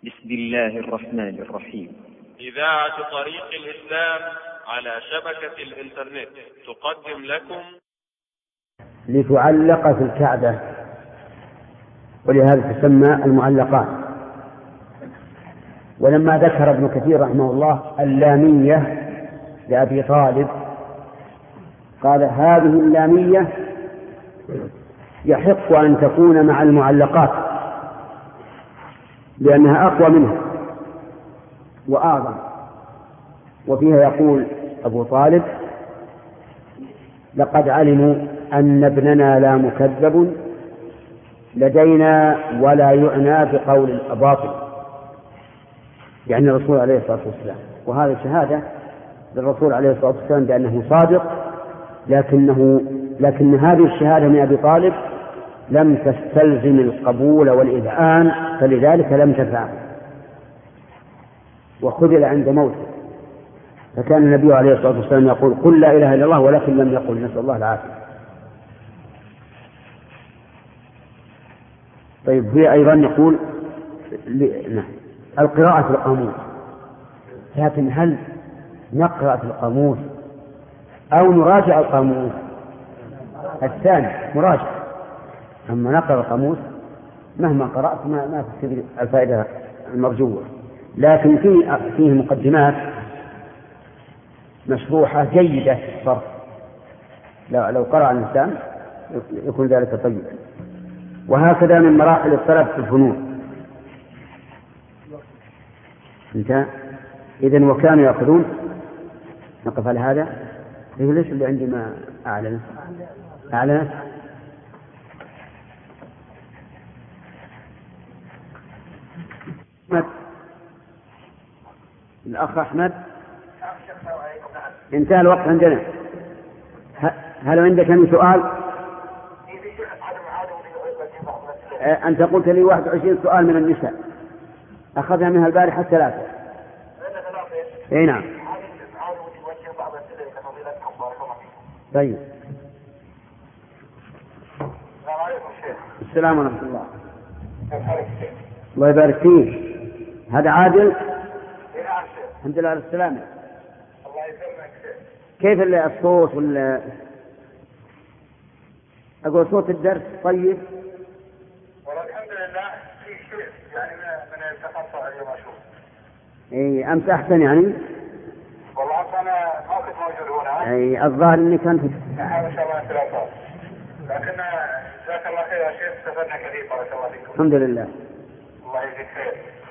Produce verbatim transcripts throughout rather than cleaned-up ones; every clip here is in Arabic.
بسم الله الرحمن الرحيم. إذاعة طريق الإسلام على شبكة الإنترنت تقدم لكم لتعلق في الكعبة، ولهذا تسمى المعلقات. ولما ذكر ابن كثير رحمه الله اللامية لأبي طالب قال هذه اللامية يحق أن تكون مع المعلقات لأنها أقوى منها وأعظم. وفيها يقول أبو طالب لقد علموا أن ابننا لا مكذب لدينا ولا يعنى بقول الأباطل، يعني الرسول عليه الصلاة والسلام. وهذا شهادة للرسول عليه الصلاة والسلام بأنه صادق، لكنه لكن هذه الشهادة من أبي طالب لم تستلزم القبول والإذعان، فلذلك لم تنفعه وخذل عند موته. فكان النبي عليه الصلاة والسلام يقول قل لا إله إلا الله، ولكن لم يقل، نسأل الله العافية. طيب هي أيضا يقول القراءة في القاموس، لكن هل نقرأ في القاموس أو نراجع القاموس؟ الثاني مراجع، أما نقرأ القاموس مهما قرأت ما ما تستفيد الفائدة المرجوة. لكن فيه فيه مقدمات مشروحة جيدة في الصرف، لو لو قرأ الإنسان يكون ذلك طيبا. وهكذا من مراحل الطلب في الفنون. انتهى. إذن وكانوا يأخذون. نقف على هذا. ليش اللي عندي ما أعلن أعلن أحمد، الأخ أحمد، انتهى الوقت عندنا. هل عندك أي سؤال؟ أنت قلت لي واحد وعشرين سؤال من النساء، أخذنا منها البارحة ثلاثة. أي نعم. طيب. السلام ورحمة الله. الله يبارك فيك. هذا عادل؟ الحمد لله على السلامة. الله يسلمك. كيف الصوت ولا أقول صوت الدرس طيب؟ والله الحمد لله في شيء يعني من التقطع اليوم أشوف. إيه أمس أحسن يعني؟ والله أنا ما كنت موجود هنا. إيه الظاهر إني كنت. إن شاء الله ثلاثة. لكن جزاك الله خير يا شيخ، استفدنا كثير بارك الله فيكم. الحمد لله. الله يجزيك خير.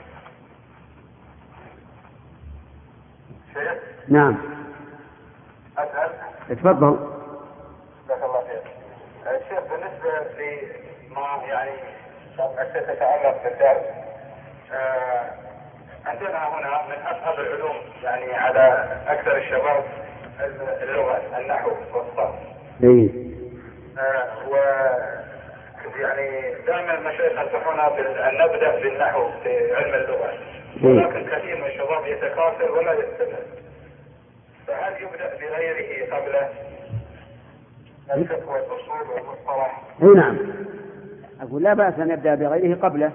شيخ؟ نعم. أسأل؟ اتفضل. جزاك الله خير. الشيخ بالنسبة لما يعني تتعلق بالدرس، آه عندنا هنا من أصعب العلوم يعني على أكثر الشباب اللغة، النحو والصرف. إيه. آه و يعني دائما المشايخ ينصحونا بأن نبدأ بالنحو في علم اللغة، ولكن كثير من الشباب يتكاسل ولا يستمر. فهل يبدأ بغيره قبله؟ الفقه والأصول والمصطلح. اي نعم، أقول لا بأس أن يبدأ بغيره قبله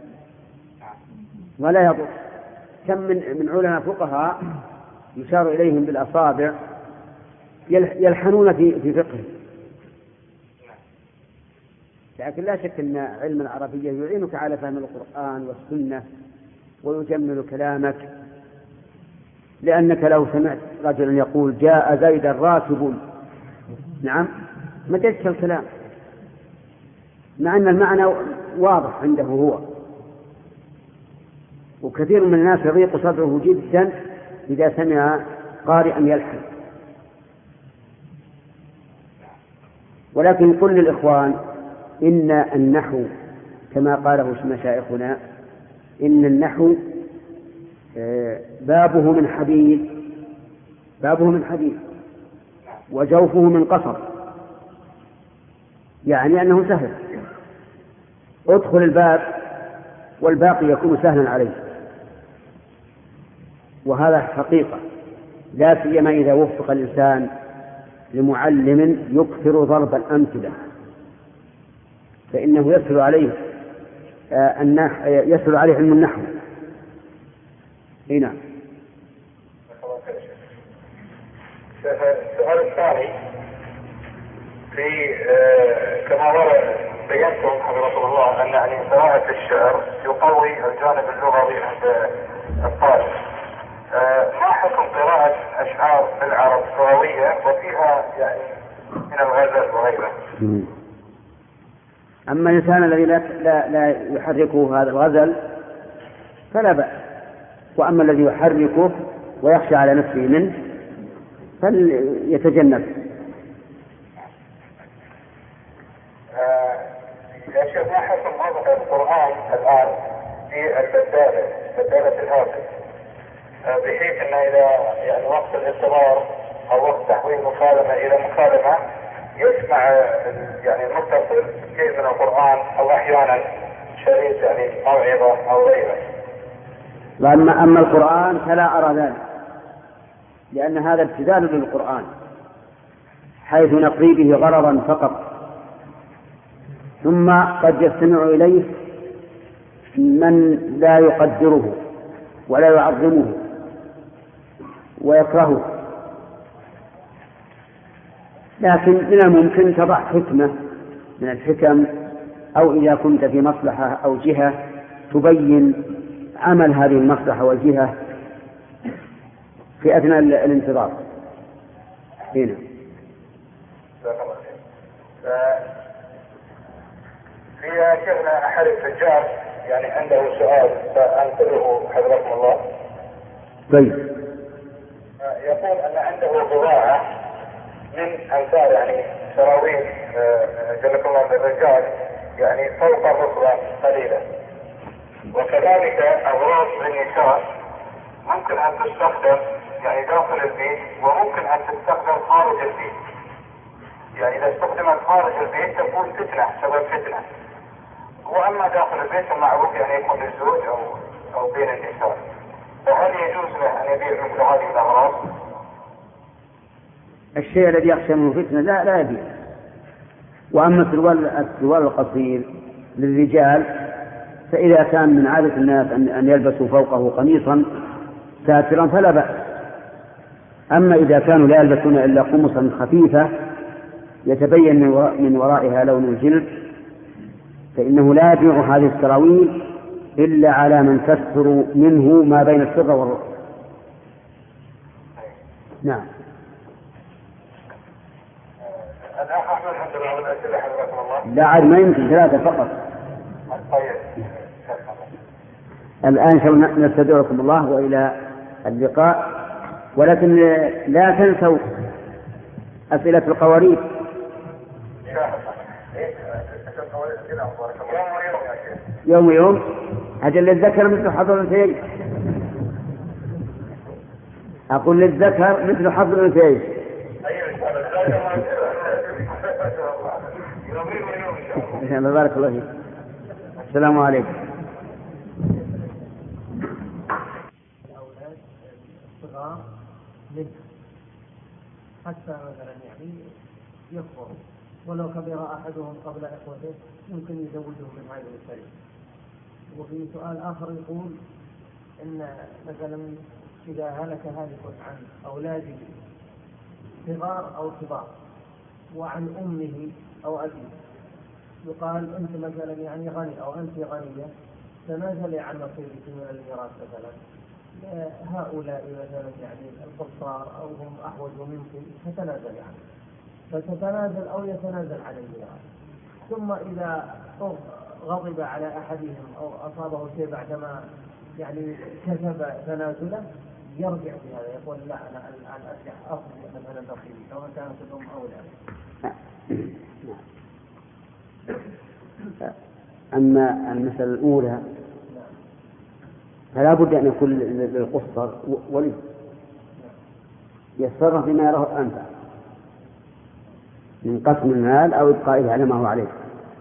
ولا يضر. كم من من علماء فقهاء يشار إليهم بالأصابع يلحنون في في فقه. لكن لا شك أن علم العربية يعينك على فهم القرآن والسنة ويجمل كلامك، لأنك لو سمعت رجلا يقول جاء زيد راكب، نعم، ما تجد الكلام مع أن المعنى واضح عنده هو. وكثير من الناس يضيق صدره جدا إذا سمع قارئا يلحن. ولكن قل للإخوان إن النحو كما قاله مشايخنا إن النحو بابه من حديد بابه من حديد وجوفه من قصر، يعني أنه سهل. ادخل الباب والباقي يكون سهلا عليه، وهذا حقيقة، لا سيما إذا وفق الإنسان لمعلم يكثر ضرب الأمثلة، فإنه يسهل عليه يسهل عليه علم النحو اي نعم. السؤال الثاني في آه كما ورد بينتم حفظكم الله ان يعني قراءة الشعر يقوي الجانب اللغوي عند الطالب. آه ما حكم قراءة اشعار بالعرب لغوية وفيها يعني من الغزل وغيره؟ اما الانسان الذي لا لا, لا يحركه هذا الغزل فلا بأس، واما الذي يحركه ويخشى على نفسه منه فليتجنب. آه يا شيخ ما حكم وضع القرآن الآن في البدالة بدالة الهاتف آه بحيث أن إذا يعني وقت الاضطرار أو وقت تحويل مكالمة إلى مكالمة يسمع يعني المتصل شيء من القرآن أو أحيانا شريط يعني موعظة أو غيره؟ وأما أما القرآن فلا أرى ذلك، لأن هذا ابتذال للقرآن حيث نقضي به غرضا فقط، ثم قد يستمع إليه من لا يقدره ولا يعظمه ويكرهه. لكن من الممكن تضع حكمة من الحكم، أو إذا كنت في مصلحة أو جهة تبين عمل هذه المصلحة والجهة في أثناء الانتظار. هنا في شيخنا أحد التجار يعني عنده سؤال سأنقله حفظكم الله. طيب. يقول أن عنده بضاعة من أمثال يعني سراويل جزاكم الله للرجال يعني فوق الركبة قليلا، وكذلك أغراض للنساء ممكن أن تستخدم يعني داخل البيت وممكن أن تستخدم خارج البيت. يعني إذا استخدمت خارج البيت تكون فتنة سبب فتنة، وأما داخل البيت المعروف يعني يكون للزوج أو أو بين النساء. فهل يجوز له أن يبيع مثل هذه الأغراض؟ الشيء الذي يخشى منه فتنة لا لا يبيع. وأما السروال القصير للرجال فإذا كان من عادة الناس أن يلبسوا فوقه قميصا ساترا فلا بأس. أما إذا كانوا لا يلبسون إلا قمصا خفيفة يتبين من ورائها لون الجلد فإنه لا يبيع هذه السراويل إلا على من تستر منه ما بين السر والركبة. نعم. لا عاد ما يمكن ثلاثة فقط. الآن شو نستدعكم الله وإلى اللقاء، ولكن لا تنسوا أسئلة القوارير. يوم يوم أجل للذكر مثل حظ الأنثيين. أقول للذكر مثل حظ الأنثيين. بارك الله فيك. السلام عليكم. الأولاد الصغار منه حتى مثلا يعني يكبروا، ولو كبر أحدهم قبل إخوته يمكن يزوجهم من هذه الطريقة. وفي سؤال آخر يقول إن مثلا إذا هلك هالك عن أولاده صغار أو كبار وعن أمه أو أبيه، يقال أنت مثلا يعني غني أو أنت غنية تنازلي عن نصيبك من الميراث مثلا هؤلاء مثلا يعني القصار أو هم أحوج منك فتنازلي عنه، فتتنازل أو يتنازل عن الميراث. ثم إذا غضب على أحدهم أو أصابه شيء بعدما يعني كتب تنازله يرجع في هذا يقول لا أنا الآن أرجع أخذ مثلا نصيبي سواء كانت الأم أو لا. أما المسألة الأولى فلا بد أن يكون للقصر ولي يتصرف بما يراه أنفع من قسم المال أو إبقائه على ما هو عليه،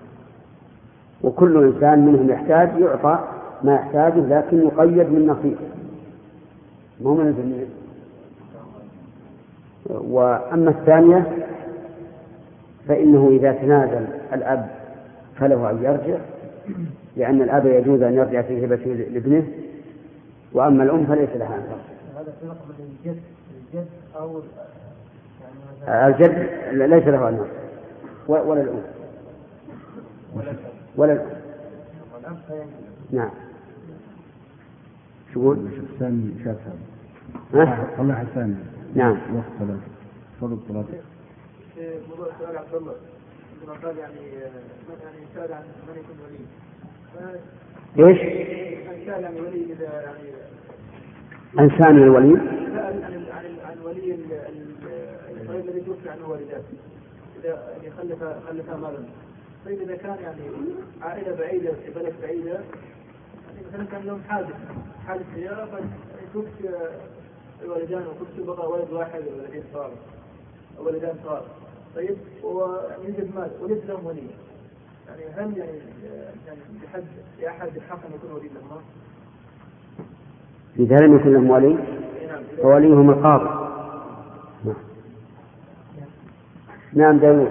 وكل إنسان منهم يحتاج يعطى ما يحتاجه لكن يقيد من نصيبه مو من الجميع. وأما الثانية فإنه إذا تنازل الأب فله أن يرجع، لأن الأب يجوز أن يرجع في هبته لابنه وأما الأم فليس لها أن ترضع. هذا في رقم الجد الجد أو يعني الجد ليس له أن ترضع ولا الأم ولا الأم. نعم. شو قول؟ حسان شافها. ها؟ الله حسان. نعم. وقت صلاة. فرض صلاة. موضوع السؤال عبد الله عندما قال يعني مثلا يسأل عن من يكون ولي. إيش؟ يسأل عن ولي إذا يعني. إنسان الولي. سأل عن عن عن ولي الصغير الذي توفي عنه والدته. إذا يعني خلف خلف مالا. طيب إذا كان يعني عائلة بعيدة في بلد بعيدة يعني مثلا كان لهم حادث حادث سيارة فتوفي الوالدان وكنت بقى ولد واحد والولدين صار ولدان صار. طيب هو يوجد مال وليس لهم ولي يعني هل يعني يعني بحد لأحد الحق أن يكون ولي لهم؟ إذا لم يكن لهم ولي فوليهم القاضي. نعم داوود.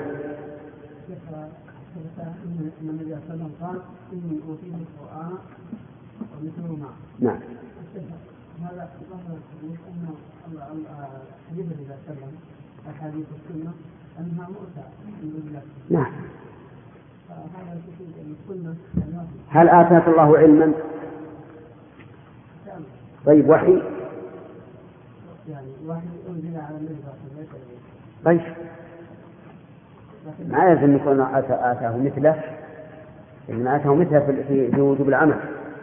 النبي صلى الله عليه وسلم قال إني أوتيت القرآن ومثله معه. نعم. هذا ظهر الحديث أن الحديث النبي صلى الله عليه وسلم أحاديث السنة أنها مؤتى من الله. نعم. هذا السنة. هل آتاك الله علما؟ طيب وحي؟ يعني وحي أنزل على النبي صلى الله عليه وسلم. طيب. ما يلزم يكون آتاه مثله، إنما آتاه مثله في وجوب العمل.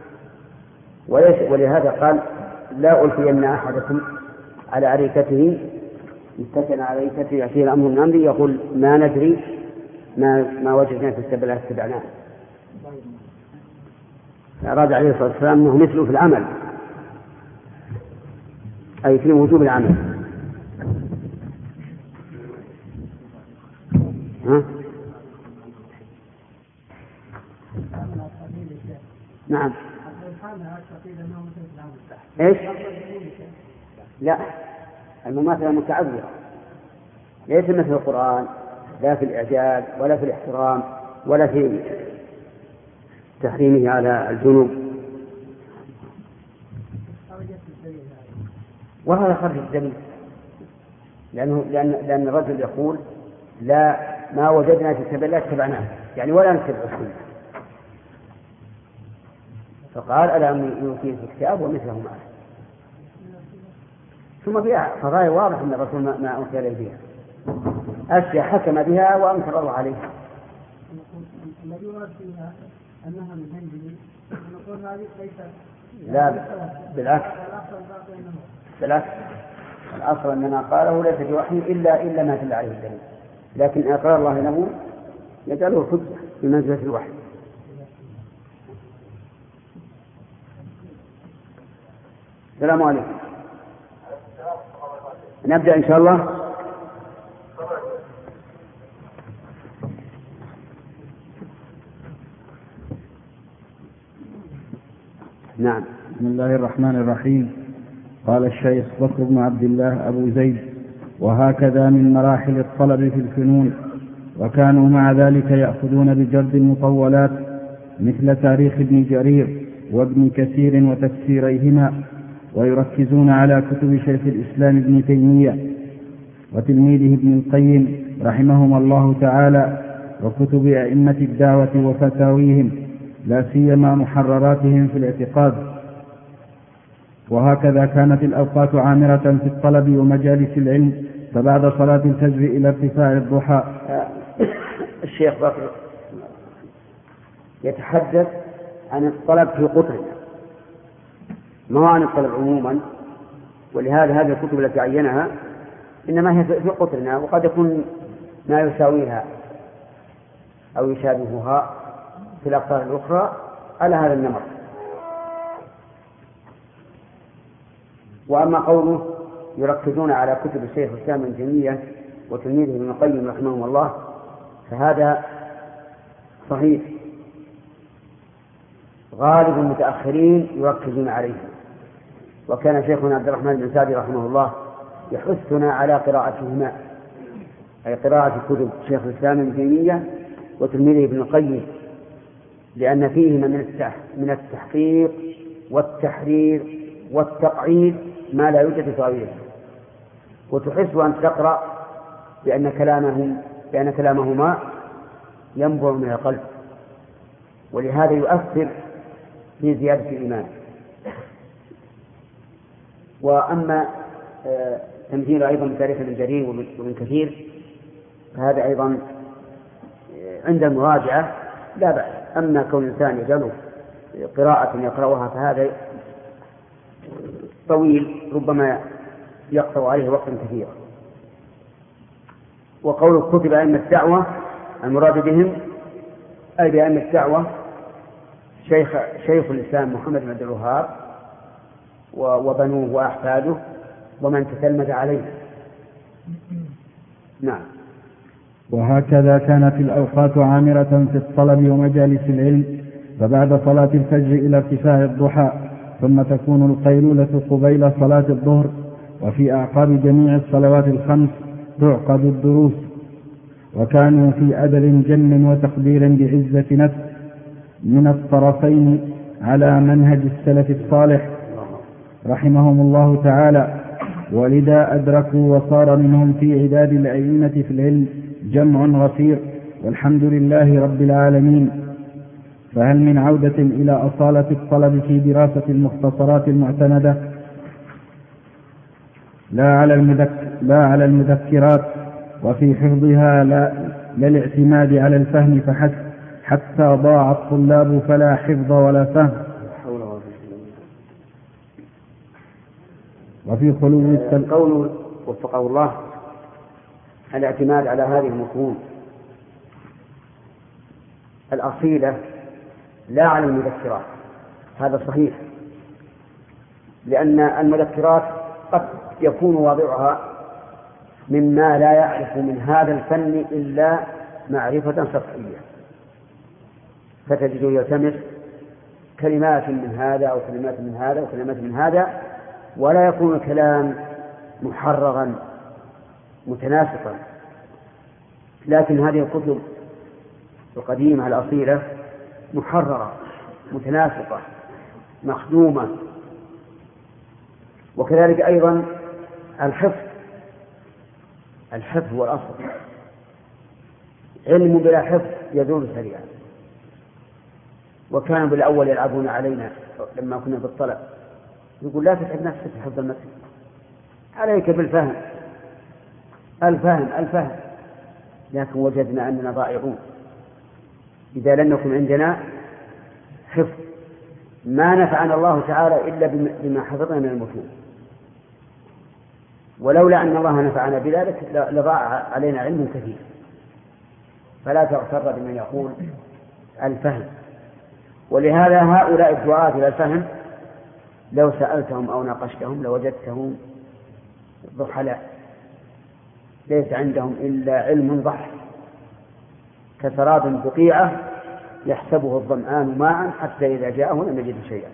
ولهذا قال لا ألقين أحدكم على أريكته يتكل على أريكته يأتيه الأمر من أمري يقول ما ندري ما ما وجدنا في السبيل اتبعناه. أراد عليه الصلاة والسلام أنه مثله في العمل، أي في وجوب العمل. ها؟ نعم. ايش؟ لا، المماثلة متعذرة، ليس مثل القرآن، لا في الإعجاز ولا في الاحترام ولا في تحريمه على الجنوب. وهذا خرج الدليل، لأنه لأن لأن الرجل يقول لا ما وجدنا في سبيل الله اتبعناه، يعني ولا نتبع السنة. فقال ألا يمكن في الكتاب ومثله معه. ثم فيها قضايا واضح أن الرسول ما أنكر عليه بها، أشياء حكم بها وأنكر الله عليها. الذي ورد فيها أنها من عنده نقول هذه ليست. لا بالعكس، بالعكس الأصل أننا قاله ليس بوحي إلا إلا ما دل عليه الدليل، لكن إقرار الله له يجعله حجة بمنزلة الوحي. السلام عليكم. نبدأ إن شاء الله. نعم. بسم الله الرحمن الرحيم. قال الشيخ بكر بن عبد الله أبو زيد: وهكذا من مراحل الطلب في الفنون، وكانوا مع ذلك يأخذون بجرد المطولات مثل تاريخ ابن جرير وابن كثير وتفسيريهما، ويركزون على كتب شيخ الإسلام ابن تيمية وتلميذه ابن القيم رحمهما الله تعالى، وكتب أئمة الدعوة وفتاويهم، لا سيما محرراتهم في الاعتقاد. وهكذا كانت الأوقات عامرة في الطلب ومجالس العلم، فبعد صلاة الفجر إلى ارتفاع الضحى. الشيخ بكر يتحدث عن الطلب في قطرنا، ما هو عن الطلب عموما، ولهذا هذه الكتب التي عينها إنما هي في قطرنا، وقد يكون ما يساويها أو يشابهها في الأقطار الأخرى على هذا النمط. وأما قوله يركزون على كتب الشيخ الإسلام ابن تيمية وتلميذه ابن القيم رحمه الله، فهذا صحيح. غالب المتأخرين يركزون عليه، وكان شيخنا عبد الرحمن بن سعدي رحمه الله يحثنا على قراءتهما، أي قراءة كتب شيخ الإسلام ابن تيمية وتلميذه ابن القيم، لأن فيهما من من التحقيق والتحرير والتقعيد ما لا يوجد في تأويله، وتحس أن تقرأ بأن كلامهم بأن كلامهما ينبع من القلب، ولهذا يؤثر في زيادة الإيمان. وأما تمثيل أيضا بتاريخ ابن جرير وابن كثير فهذا أيضا عند المراجعة لا بأس. أما كون الإنسان يجعله قراءة يقرأها فهذا طويل ربما يقطع عليه وقتا كثيرا. وقول كتب أئمة الدعوة المراد بهم أي بأئمة الدعوة شيخ, شيخ الإسلام محمد بن عبد الوهاب وبنوه وأحفاده ومن تتلمذ عليه. نعم. وهكذا كانت الأوقات عامرة في الطلب ومجالس العلم، فبعد صلاة الفجر إلى ارتفاع الضحى، ثم تكون القيلولة قبيل صلاة الظهر، وفي أعقاب جميع الصلوات الخمس تعقد الدروس. وكانوا في أدل جم وتقدير بعزة نفس من الطرفين على منهج السلف الصالح رحمهم الله تعالى، ولذا أدركوا وصار منهم في عداد الأئمة في العلم جمع غفير، والحمد لله رب العالمين. فهل من عودة إلى أصالة الطلب في دراسة المختصرات المعتمدة لا على, المذك... لا على المذكرات، وفي حفظها لا للاعتماد على الفهم فحسب، حتى ضاع الطلاب فلا حفظ ولا فهم. وفي خلو القول وفقه الله الاعتماد على هذه المتون الأصيلة لا على المذكرات، هذا صحيح، لأن المذكرات قد يكون واضعها مما لا يعرف من هذا الفن إلا معرفة سطحية، فتجده يلتمس كلمات من هذا أو كلمات من هذا أو كلمات من هذا، ولا يكون الكلام محررا متناسقا. لكن هذه الكتب القديمة الأصيلة محررة متناسقة مخدومة. وكذلك أيضا الحفظ الحفظ والأصل، علم بلا حفظ يزول سريعا. وكانوا بالأول يلعبون علينا لما كنا بالطلب، يقول لا تتعب نفسك في حفظ المتن، عليك بالفهم الفهم الفهم لكن وجدنا أننا ضائعون إذا لم يكن عندنا حفظ. ما نفعنا الله تعالى إلا بما حفظنا من المتون، ولولا أن الله نفعنا بذلك لضاع علينا علم كثير. فلا تغتر بمن يقول الفهم. ولهذا هؤلاء الدعاة إلى الفهم لو سألتهم أو ناقشتهم لوجدتهم ضحلاء، ليس عندهم إلا علم ضحل كسراب بقيعة يحسبه الظمآن ماء حتى إذا جاءه لم يجد شيئا.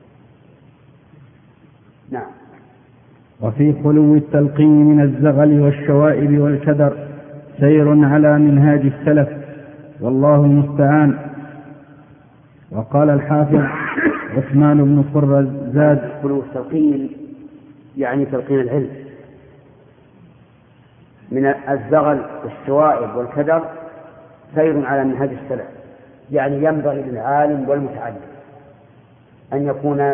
نعم. وفي خلو التلقين من الزغل والشوائب والكدر سير على منهاج السلف، والله المستعان. وقال الحافظ عثمان بن قرة زاد: خلو التلقين يعني تلقين العلم من الزغل والشوائب والكدر سير على منهاج السلف، يعني ينبغي للعالم والمتعلم أن يكون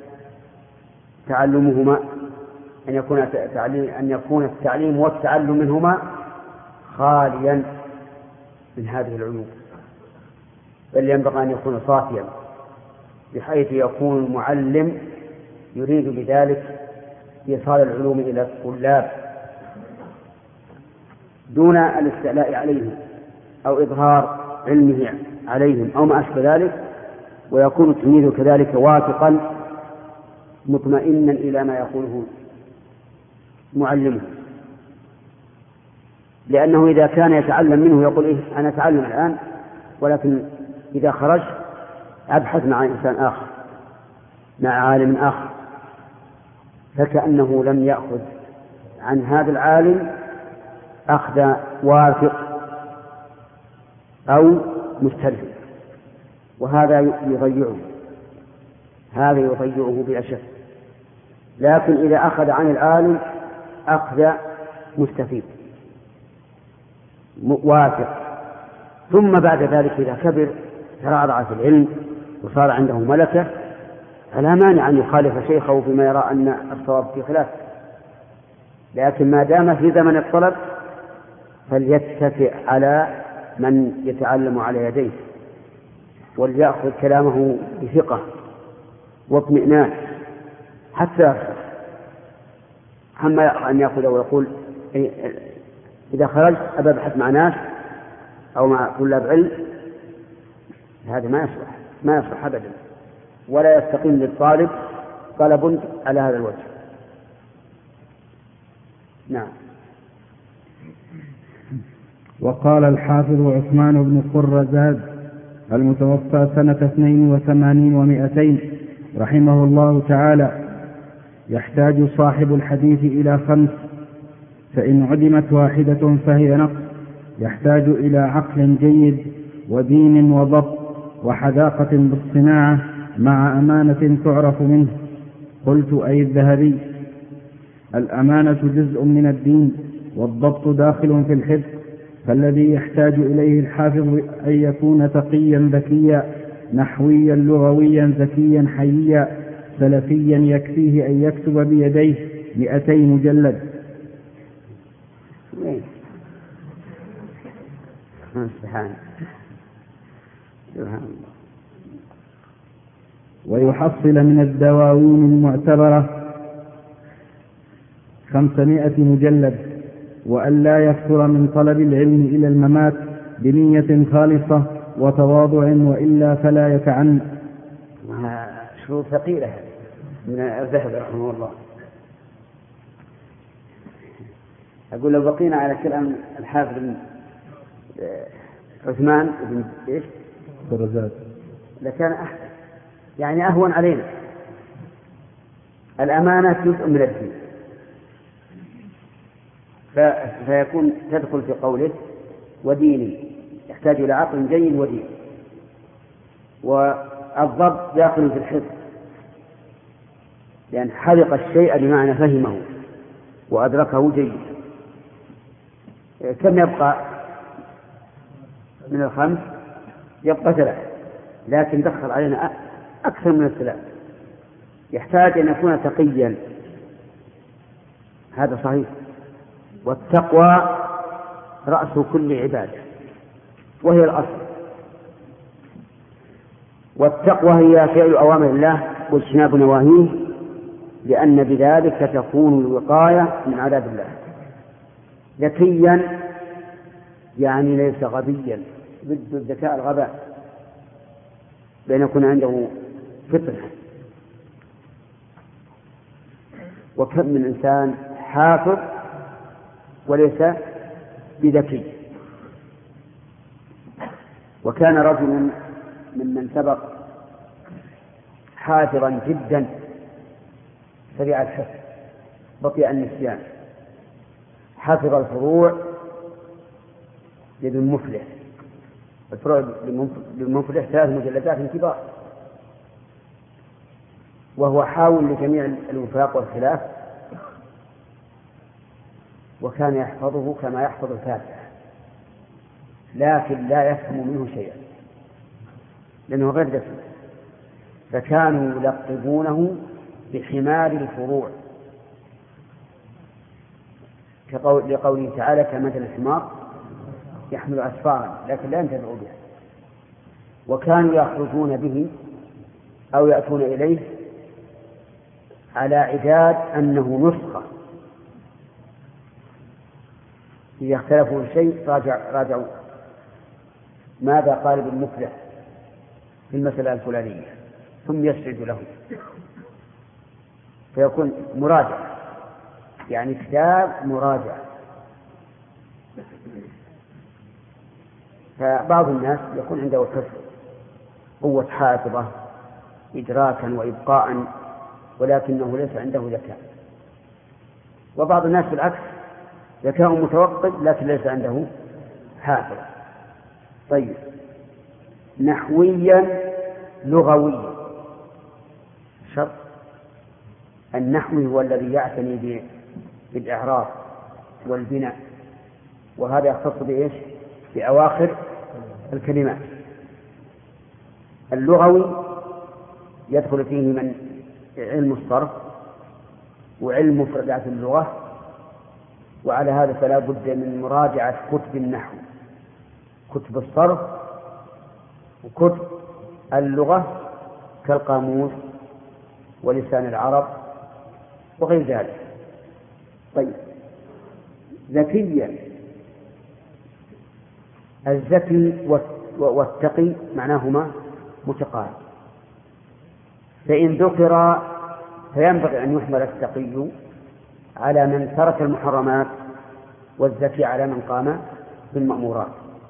تعلمهما أن يكون تعليم أن يكون التعليم والتعلم منهما خاليا من هذه العلوم، بل ينبغي أن يكون صافيا بحيث يكون المعلم يريد بذلك إيصال العلوم إلى الطلاب دون الاستعلاء عليهم أو إظهار علمه عليهم أو ما أشبه ذلك، ويكون التلميذ كذلك واثقا مطمئنا إلى ما يقوله معلمه، لأنه إذا كان يتعلم منه يقول إيه أنا أتعلم الآن، ولكن إذا خرج أبحث مع إنسان آخر مع عالم آخر، فكأنه لم يأخذ عن هذا العالم أخذ واثق أو مستلزم، وهذا يضيعه هذا يضيعه بلا شك. لكن إذا أخذ عن العالم أخذ مستفيد واثق، ثم بعد ذلك إذا كبر تراضع في العلم وصار عنده ملكة فلا مانع أن يخالف شيخه فيما يرى أن الصواب في خلافه، لكن ما دام في زمن الطلب فليتكئ على من يتعلم على يديه وليأخذ كلامه بثقة واطمئنان حتى أما أن يأخذ ويقول إذا خرجت أبى أبحث مع ناس أو مع طلاب علم، هذا ما يصلح ما يصلح أبدا، ولا يستقيم للطالب طلب على هذا الوجه. نعم. وقال الحافظ عثمان بن قرزاد المتوفى سنة اثنين وثمانين ومائتين رحمه الله تعالى: يحتاج صاحب الحديث إلى خمس، فإن عدمت واحدة فهي نقص. يحتاج إلى عقل جيد ودين وضبط وحذاقة بالصناعة مع أمانة تعرف منه. قلت أي الذهبي: الأمانة جزء من الدين والضبط داخل في الحفظ، فالذي يحتاج إليه الحافظ أن يكون تقيا ذكيا نحويا لغويا ذكيا حييا سلفيا يكفيه أن يكتب بيديه مئتي مجلد. ويحصل من الدواوين المعتبرة خمسمائة مجلد، وأن لا يفتر من طلب العلم إلى الممات بنية خالصة وتواضع، وإلا فلا يتعنى. شروط ثقيلة من الذهب رحمه الله. أقول لو بقينا على كلام الحافظ عثمان بن إيش قرزاد لكان أحسن، يعني أهون علينا. الأمانة جزء من الدين، فيكون تدخل في قوله وديني، يحتاج إلى عقل جيد ودين، والضبط داخل في الحفظ، لأن حرق الشيء بمعنى فهمه وأدركه جيدا. كم يبقى من الخمس؟ يبقى ثلاث، لكن دخل علينا أكثر من الثلاث. يحتاج أن يكون تقيا، هذا صحيح، والتقوى رأس كل عبادة وهي الأصل، والتقوى هي فعل أوامر الله واجتناب نواهيه، لأن بذلك تكون الوقاية من عذاب الله. ذكيا يعني ليس غبيا، ضد الذكاء الغباء، بأن يكون عنده فطنة. وكم من إنسان حافظ وليس بذكي. وكان رجل ممن سبق حافظا جدا سريع الحفظ بطيء النسيان، حفظ الفروع لابن مفلح، الفروع لابن مفلح ثلاث مجلدات كبار، وهو حاول لجميع الوفاق والخلاف، وكان يحفظه كما يحفظ الفاتحة، لكن لا يفهم منه شيئا لأنه غير ذكي، فكانوا يلقبونه بحمار الفروع، كقول لقوله تعالى: كمثل الحمار يحمل أسفارا لكن لا ينتفع بها. وكانوا يخرجون به أو يأتون إليه على عداد أنه نسخة، إذا اختلفوا الشيء راجع راجعوا ماذا قال ابن مفلح في المسألة الفلانية، ثم يسرد له، فيكون مراجع، يعني كتاب مراجع. فبعض الناس يكون عنده حفظ قوة حافظة إدراكا وإبقاء، ولكنه ليس عنده ذكاء. وبعض الناس بالعكس ذكاء متوقد لكن ليس عنده حافظ. طيب، نحويا لغويا شرط النحوي هو الذي يعتني بالإعراب والبناء، وهذا يختص بإيش؟ بأواخر الكلمات. اللغوي يدخل فيه من علم الصرف وعلم مفردات اللغة، وعلى هذا فلا بد من مراجعة كتب النحو، كتب الصرف وكتب اللغة كالقاموس ولسان العرب وغير ذلك. طيب، ذكيا، الذكي والتقي معناهما متقارب، فإن ذكر فينبغي أن يحمل التقي على من ترك المحرمات والذكي على من قام بالمأمورات.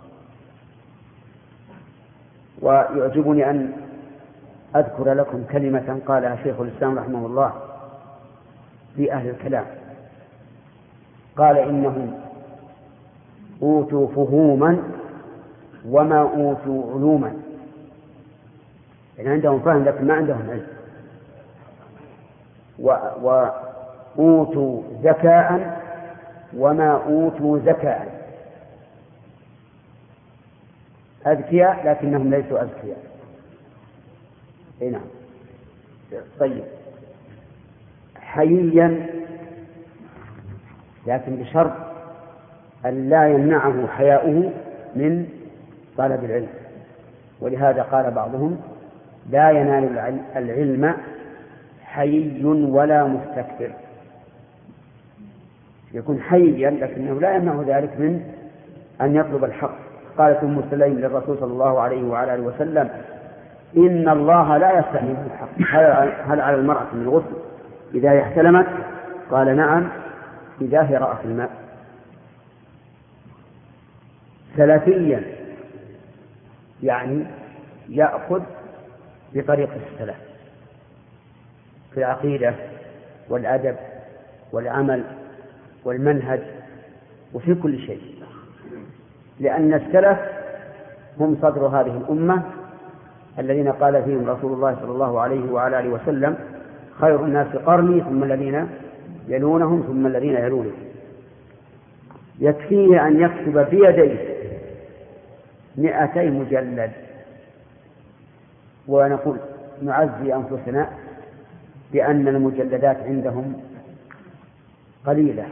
ويعجبني أن أذكر لكم كلمة قالها شيخ الإسلام رحمه الله في أهل الكلام، قال إنهم أوتوا فهوما وما أوتوا علوما، يعني عندهم فهم لكن ما عندهم علم، وأوتوا ذكاء وما أوتوا ذكاء، أذكياء لكنهم ليسوا أذكياء. إيه نعم. طيب، حييا لكن بشرط أن لا يمنعه حياؤه من طلب العلم، ولهذا قال بعضهم لا ينال العلم حيي ولا مستكبر، يكون حييا لكنه لا يمنعه ذلك من أن يطلب الحق. قالت أم سليم للرسول صلى الله عليه وعلى آله وسلم إن الله لا يستحيي من الحق، هل على المرأة من الغسل إذا احتلمت؟ قال نعم إذا هي رأت الماء. سلفيا يعني يأخذ بطريق السلف في العقيدة والأدب والعمل والمنهج وفي كل شيء، لأن السلف هم صدر هذه الأمة الذين قال فيهم رسول الله صلى الله عليه وعلى آله وسلم خير الناس قرني ثم الذين يلونهم ثم الذين يلونهم. يكفيه أن يكتب بيديه مئتي مجلد، ونقول نعزي أنفسنا بأن المجلدات عندهم قليلة،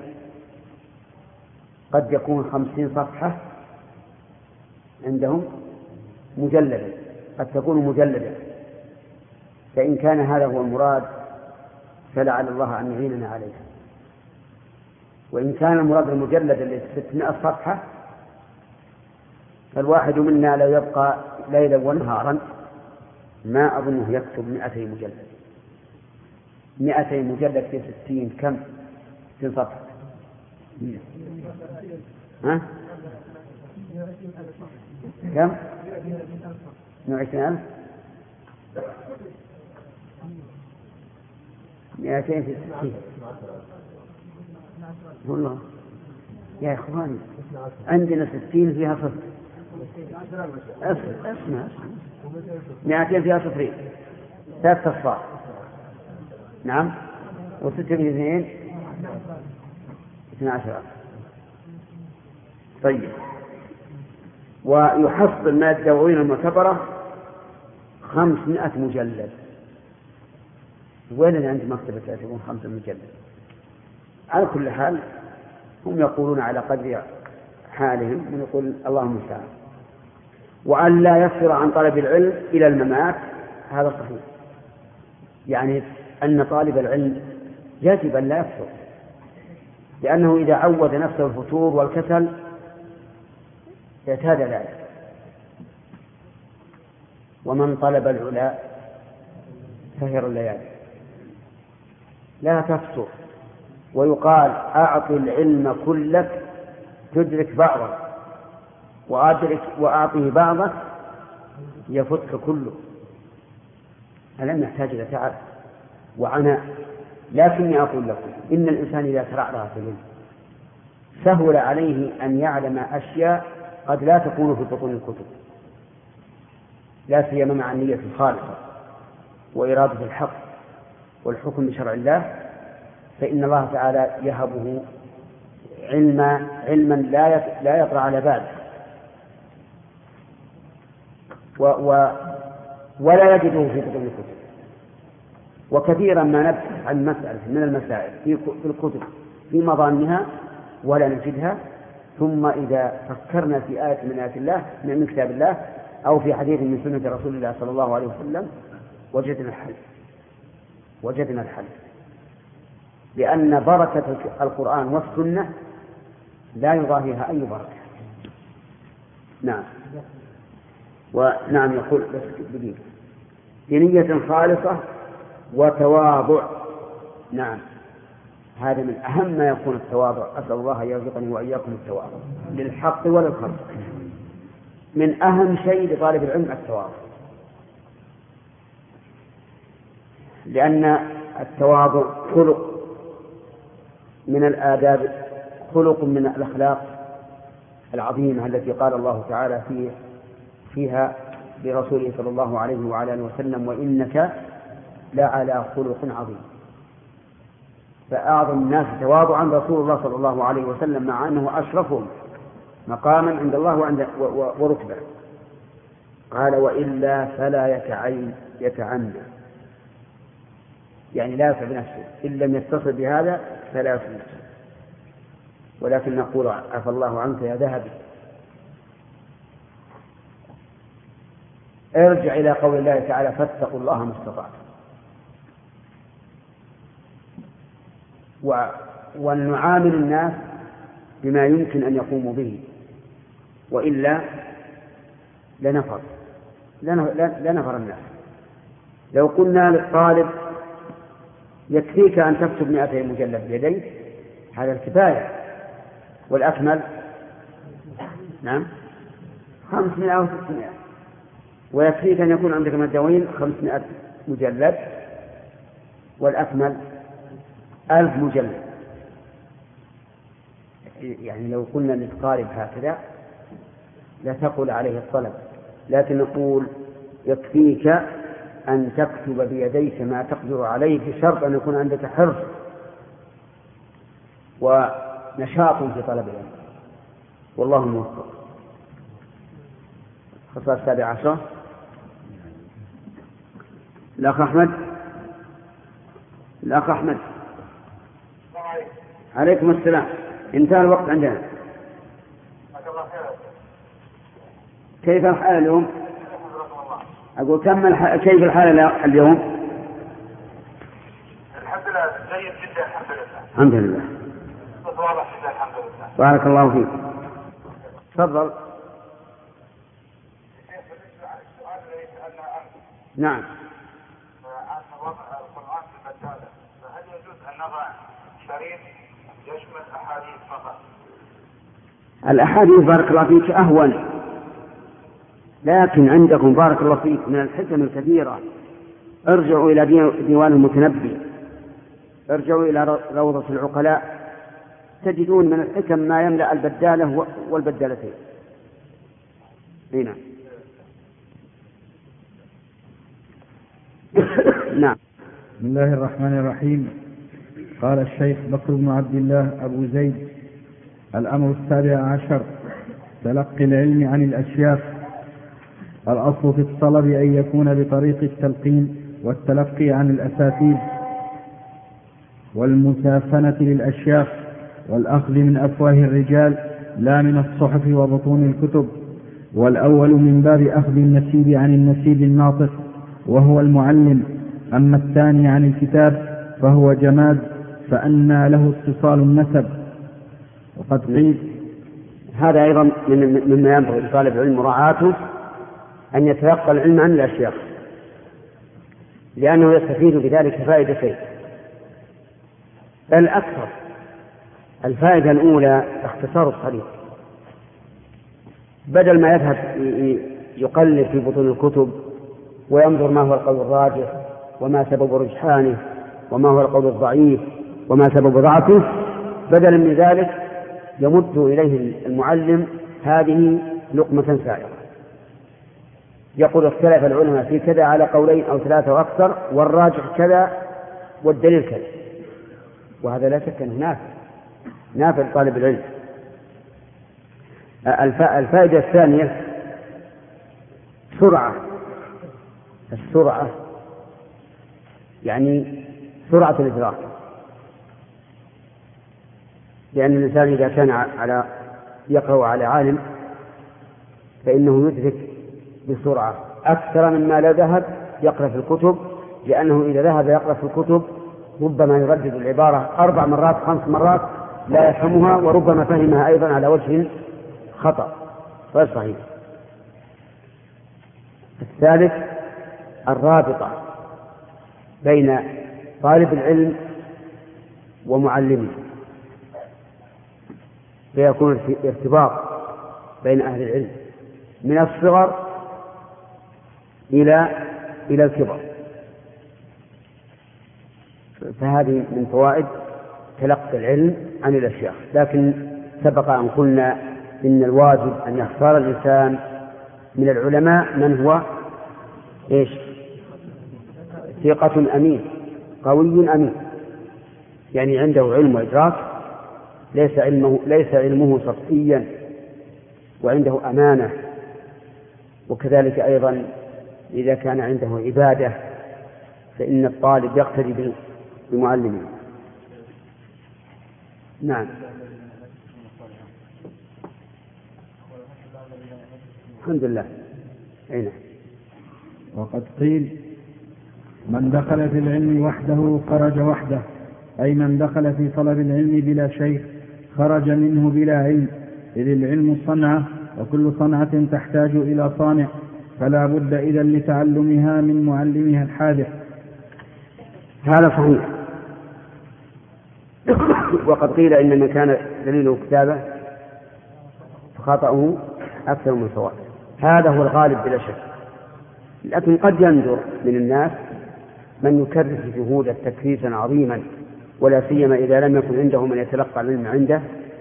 قد يكون خمسين صفحة عندهم مجلدة، قد تكون مجلدة، فإن كان هذا هو المراد فلعل الله أن يعيننا عليها. وإن كان المراد المجلد الذي ستمائة صفحة فالواحد منا لو يبقى ليلا ونهارا ما أظنه يكتب مئتي مجلد. مئتي مجلد في ستين كم؟ ستين صفحة. ها؟ كم؟ مئة وعشرين ألف؟ مئتين في ستين. والله يا إخواني عندنا ستين فيها صفر. اسمع اسمع مئتين فيها صفرين، ثلاث صفار. نعم، وستة في اثنين اثنى عشر. طيب، ويحصل ما الدواوين المعتبرة خمسمائة مجلد. وين اللي عندي مكتبة تكون خمسة مجلد؟ على كل حال هم يقولون على قدر حالهم، ونقول اللهم المستعان. وأن لا يصر عن طلب العلم إلى الممات، هذا صحيح، يعني أن طالب العلم يجب أن لا يفتر، لأنه إذا عود نفسه الفتور والكسل اعتاد ذلك. ومن طلب العلا سهر الليالي، لا تفتر. ويقال أعط العلم كلك تدرك بعضه، وأدرك وأعطه بعضك يفتك كله. ألم يحتاج إلى تعب وعناء؟ لكني أقول لكم إن الإنسان إذا ترعرع في العلم سهل عليه أن يعلم أشياء قد لا تكون في بطون الكتب، لا سيما مع النية الخالصة وإرادة الحق والحكم بشرع الله، فإن الله تعالى يهبه علما علما لا لا يطرأ على باله و و ولا يجده في كتب الكتب. وكثيرا ما نبحث عن مسألة من المسائل في الكتب في مظانها ولا نجدها، ثم إذا فكرنا في آية من آيات الله من كتاب الله أو في حديث من سنة رسول الله صلى الله عليه وسلم وجدنا الحل وجدنا الحل لأن بركة القرآن والسنة لا يضاهيها أي بركة. نعم. ونعم يقول بس بدين بنية خالصة وتواضع. نعم، هذا من أهم ما يكون التواضع. أسأل الله أن يرزقني وإياكم التواضع للحق وللخلق. من أهم شيء لطالب العلم التواضع، لأن التواضع خلق من الآداب، خلق من الأخلاق العظيمة التي قال الله تعالى فيه فيها لرسوله صلى الله عليه وعلى آله وسلم: وإنك لعلى خلق عظيم. فأعظم الناس تواضعا رسول الله صلى الله عليه وسلم، مع أنه أشرفهم مقاما عند الله وعند ورتبة. قال: وإلا فلا يتعين يتعنى، يعني لا يفعل بنفسه، إن لم يتصل بهذا فلا يفعل بنفسه. ولكن نقول: عفى الله عنك يا ذهبي. ارجع إلى قول الله تعالى: فاتقوا الله ما استطعتم. ونعامل الناس بما يمكن أن يقوموا به، وإلا لنفر لنفر الناس. لو قلنا للطالب: يكفيك أن تكتب مئتي مجلد بيديك، هذا الكفاية، والأكمل نعم خمسمائة أو ستمائة، ويكفيك أن يكون عندك مدوين خمسمائة مجلد، والأكمل ألف مجلد. يعني لو قلنا للطالب هكذا لا تقل عليه الطلب، لكن نقول: يكفيك أن تكتب بيديك ما تقدر عليه، بشرط أن يكون عندك حرص ونشاط في طلب العلم. والله موفق. خصائص السابعة عشرة. الأخ أحمد الأخ أحمد عليكم السلام. انتهى الوقت عندنا. كيف الحال اليوم؟ أقول كم الح... كيف الحال اليوم؟ الحمد لله جيد جدا الحمد لله. الحمد لله. واضح جدا الحمد لله. بارك الله فيك. تفضل. نعم. عن وضع القرآن في البدالة، فهل يجوز أن نضع شريط يشمل أحاديث فقط؟ الأحاديث بارك الله فيك أهون، لكن عندكم بارك الله فيك من الحكم الكثيرة. ارجعوا إلى ديوان المتنبي، ارجعوا إلى روضة العقلاء، تجدون من الحكم ما يملأ البدالة والبدالتين. هنا نعم. بسم الله الرحمن الرحيم. قال الشيخ بكر بن عبد الله أبو زيد: الأمر السابع عشر تلقي العلم عن الأشياخ. الأصل في الطلب أن يكون بطريق التلقين والتلقي عن الأساتذة والمسافنة للأشياخ، والأخذ من أفواه الرجال لا من الصحف وبطون الكتب. والأول من باب أخذ النسيب عن النسيب الناطق وهو المعلم، أما الثاني عن الكتاب فهو جماد، فأنى له اتصال النسب. وقد قيل هذا أيضا مما ينبغي لطالب العلم مراعاته، أن يتلقى العلم عن الأشياخ، لأنه يستفيد بذلك فائدتين بل أكثر. الفائدة الأولى اختصار الطريق، بدل ما يذهب يقلب في بطون الكتب وينظر ما هو القول الراجح وما سبب رجحانه وما هو القول الضعيف وما سبب ضعفه، بدلا من ذلك يمد إليه المعلم هذه لقمة سائغة، يقول: اختلف العلماء في كذا على قولين أو ثلاثة وأكثر، والراجح كذا والدليل كذا. وهذا لا شك أنه نافع نافع لطالب العلم. الفائدة الثانية سرعة السرعة يعني سرعة الإدراك، لأن الإنسان إذا كان على يقرأ على عالم فإنه يدرك بسرعة أكثر مما لا ذهب يقرأ في الكتب، لأنه إذا ذهب يقرأ في الكتب ربما يردد العبارة أربع مرات خمس مرات لا يفهمها، وربما فهمها أيضا على وجه خطأ غير صحيح. الثالث الرابطة بين طالب العلم ومعلمه، فيكون ارتباط بين أهل العلم من الصغر إلى إلى الكبر. فهذه من فوائد تلقي العلم عن الأشياخ. لكن سبق أن قلنا إن الواجب أن يختار الإنسان من العلماء من هو إيش؟ ثقة أمين قوي أمين، يعني عنده علم وإدراك، ليس علمه ليس علمه سطحيا، وعنده أمانة. وكذلك أيضا إذا كان عنده عبادة فإن الطالب يقتدي بمعلمه. نعم. الحمد لله. أين؟ وقد قيل من دخل في العلم وحده خرج وحده، أي من دخل في طلب العلم بلا شيخ خرج منه بلا علم، إذ العلم صنعة، وكل صنعة تحتاج إلى صانع، فلا بد إذا لتعلمها من معلمها الحاذق. هذا صحيح. وقد قيل إن من كان دليله كتابه فخطأه أكثر من صواب، هذا هو الغالب بلا شك. لكن قد يندر من الناس من يكرس جهود تكريسا عظيما، ولا سيما إذا لم يكن عنده من يتلقى العلم عنده،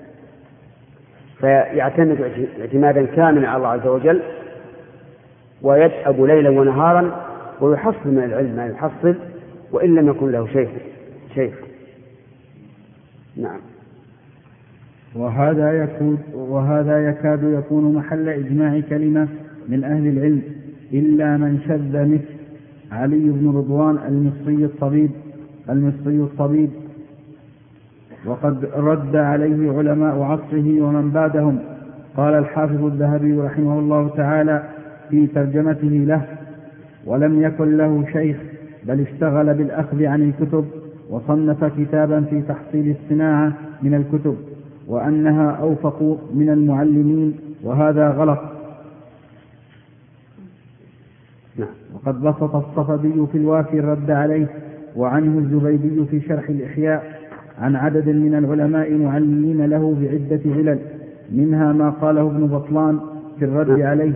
فيعتمد اعتمادا كاملا على الله عز وجل، ويتعب ليلا ونهارا ويحصل من العلم ما يحصل وإن لم يكن له شيخ شيخ نعم. وهذا يكون وهذا يكاد يكون محل إجماع كلمة من أهل العلم، إلا من شذ مثل علي بن رضوان المصري الطبيب المصري الطبيب وقد رد عليه علماء عصره ومن بعدهم. قال الحافظ الذهبي رحمه الله تعالى في ترجمته له: ولم يكن له شيخ، بل اشتغل بالأخذ عن الكتب، وصنف كتابا في تحصيل الصناعة من الكتب، وأنها أوفق من المعلمين، وهذا غلط. وقد بسط الصفدي في الوافي الرد عليه، وعنه الزبيدي في شرح الإحياء عن عدد من العلماء معلمين له بعدة علل، منها ما قاله ابن بطلان في الرد عليه.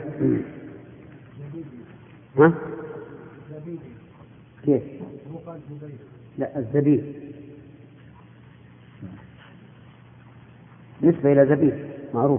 ها؟ كيف؟ لا، الزبيب نسبة إلى زبيب معروف.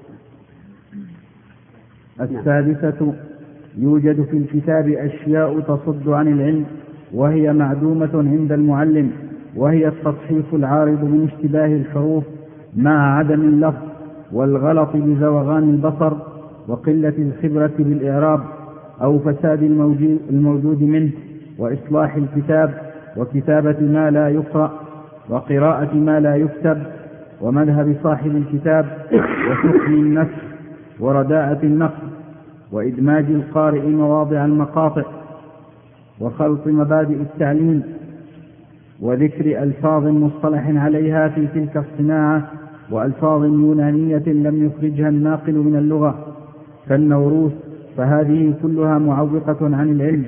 السادسة: يوجد في الكتاب أشياء تصد عن العلم وهي معدومة عند المعلم، وهي التصحيف العارض من اشتباه الحروف مع عدم اللفظ، والغلط بزوغان البصر، وقلة الخبرة بالإعراب أو فساد الموجود منه، وإصلاح الكتاب، وكتابة ما لا يقرأ، وقراءة ما لا يكتب، ومذهب صاحب الكتاب، وحكم النفس، ورداءة النقد، وإدماج القارئ مواضع المقاطع، وخلط مبادئ التعليم، وذكر ألفاظ مصطلح عليها في تلك الصناعة، وألفاظ يونانية لم يخرجها الناقل من اللغة كالنوروث، فهذه كلها معوقة عن العلم.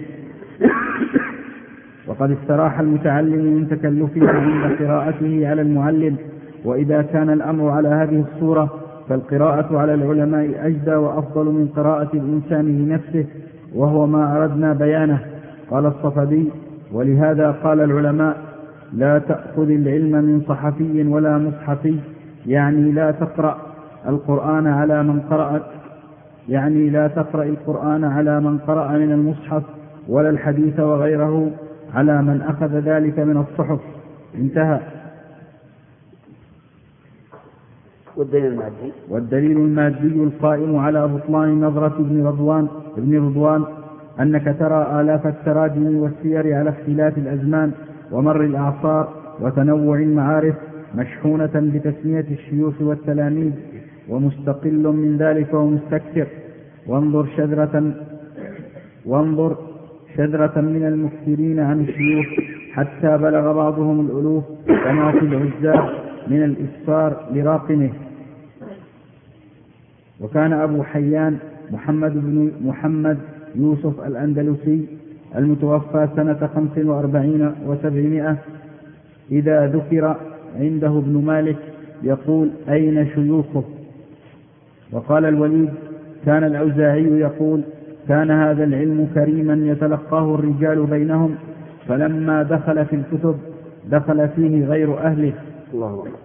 وقد استراح المتعلم من تكلفه عند قراءته على المعلم، وإذا كان الأمر على هذه الصورة فالقراءة على العلماء أجدى وأفضل من قراءة الإنسان لنفسه، وهو ما أردنا بيانه. قال الصفدي: ولهذا قال العلماء: لا تأخذ العلم من صحفي ولا مصحفي، يعني لا تقرأ القرآن على من قرأ يعني لا تقرأ القرآن على من قرأ من المصحف، ولا الحديث وغيره على من أخذ ذلك من الصحف. انتهى. والدليل المادي والدليل المادي القائم على بطلان نظرة ابن رضوان ابن رضوان أنك ترى آلاف التراجم والسير على اختلاف الأزمان ومر الأعصار وتنوع المعارف مشحونة بتسمية الشيوخ والتلاميذ ومستقل من ذلك ومستكثر. وانظر شذرة وانظر شذرة من المكثرين عن الشيوخ حتى بلغ بعضهم الألوف كما في العزاب من الإسفار لراقمه. وكان أبو حيان محمد بن محمد يوسف الأندلسي المتوفى سنة خمس وأربعين وسبعمائة إذا ذكر عنده ابن مالك يقول أين شيوخه. وقال الوليد كان الأوزاعي يقول كان هذا العلم كريما يتلقاه الرجال بينهم فلما دخل في الكتب دخل فيه غير أهله. الله أكبر.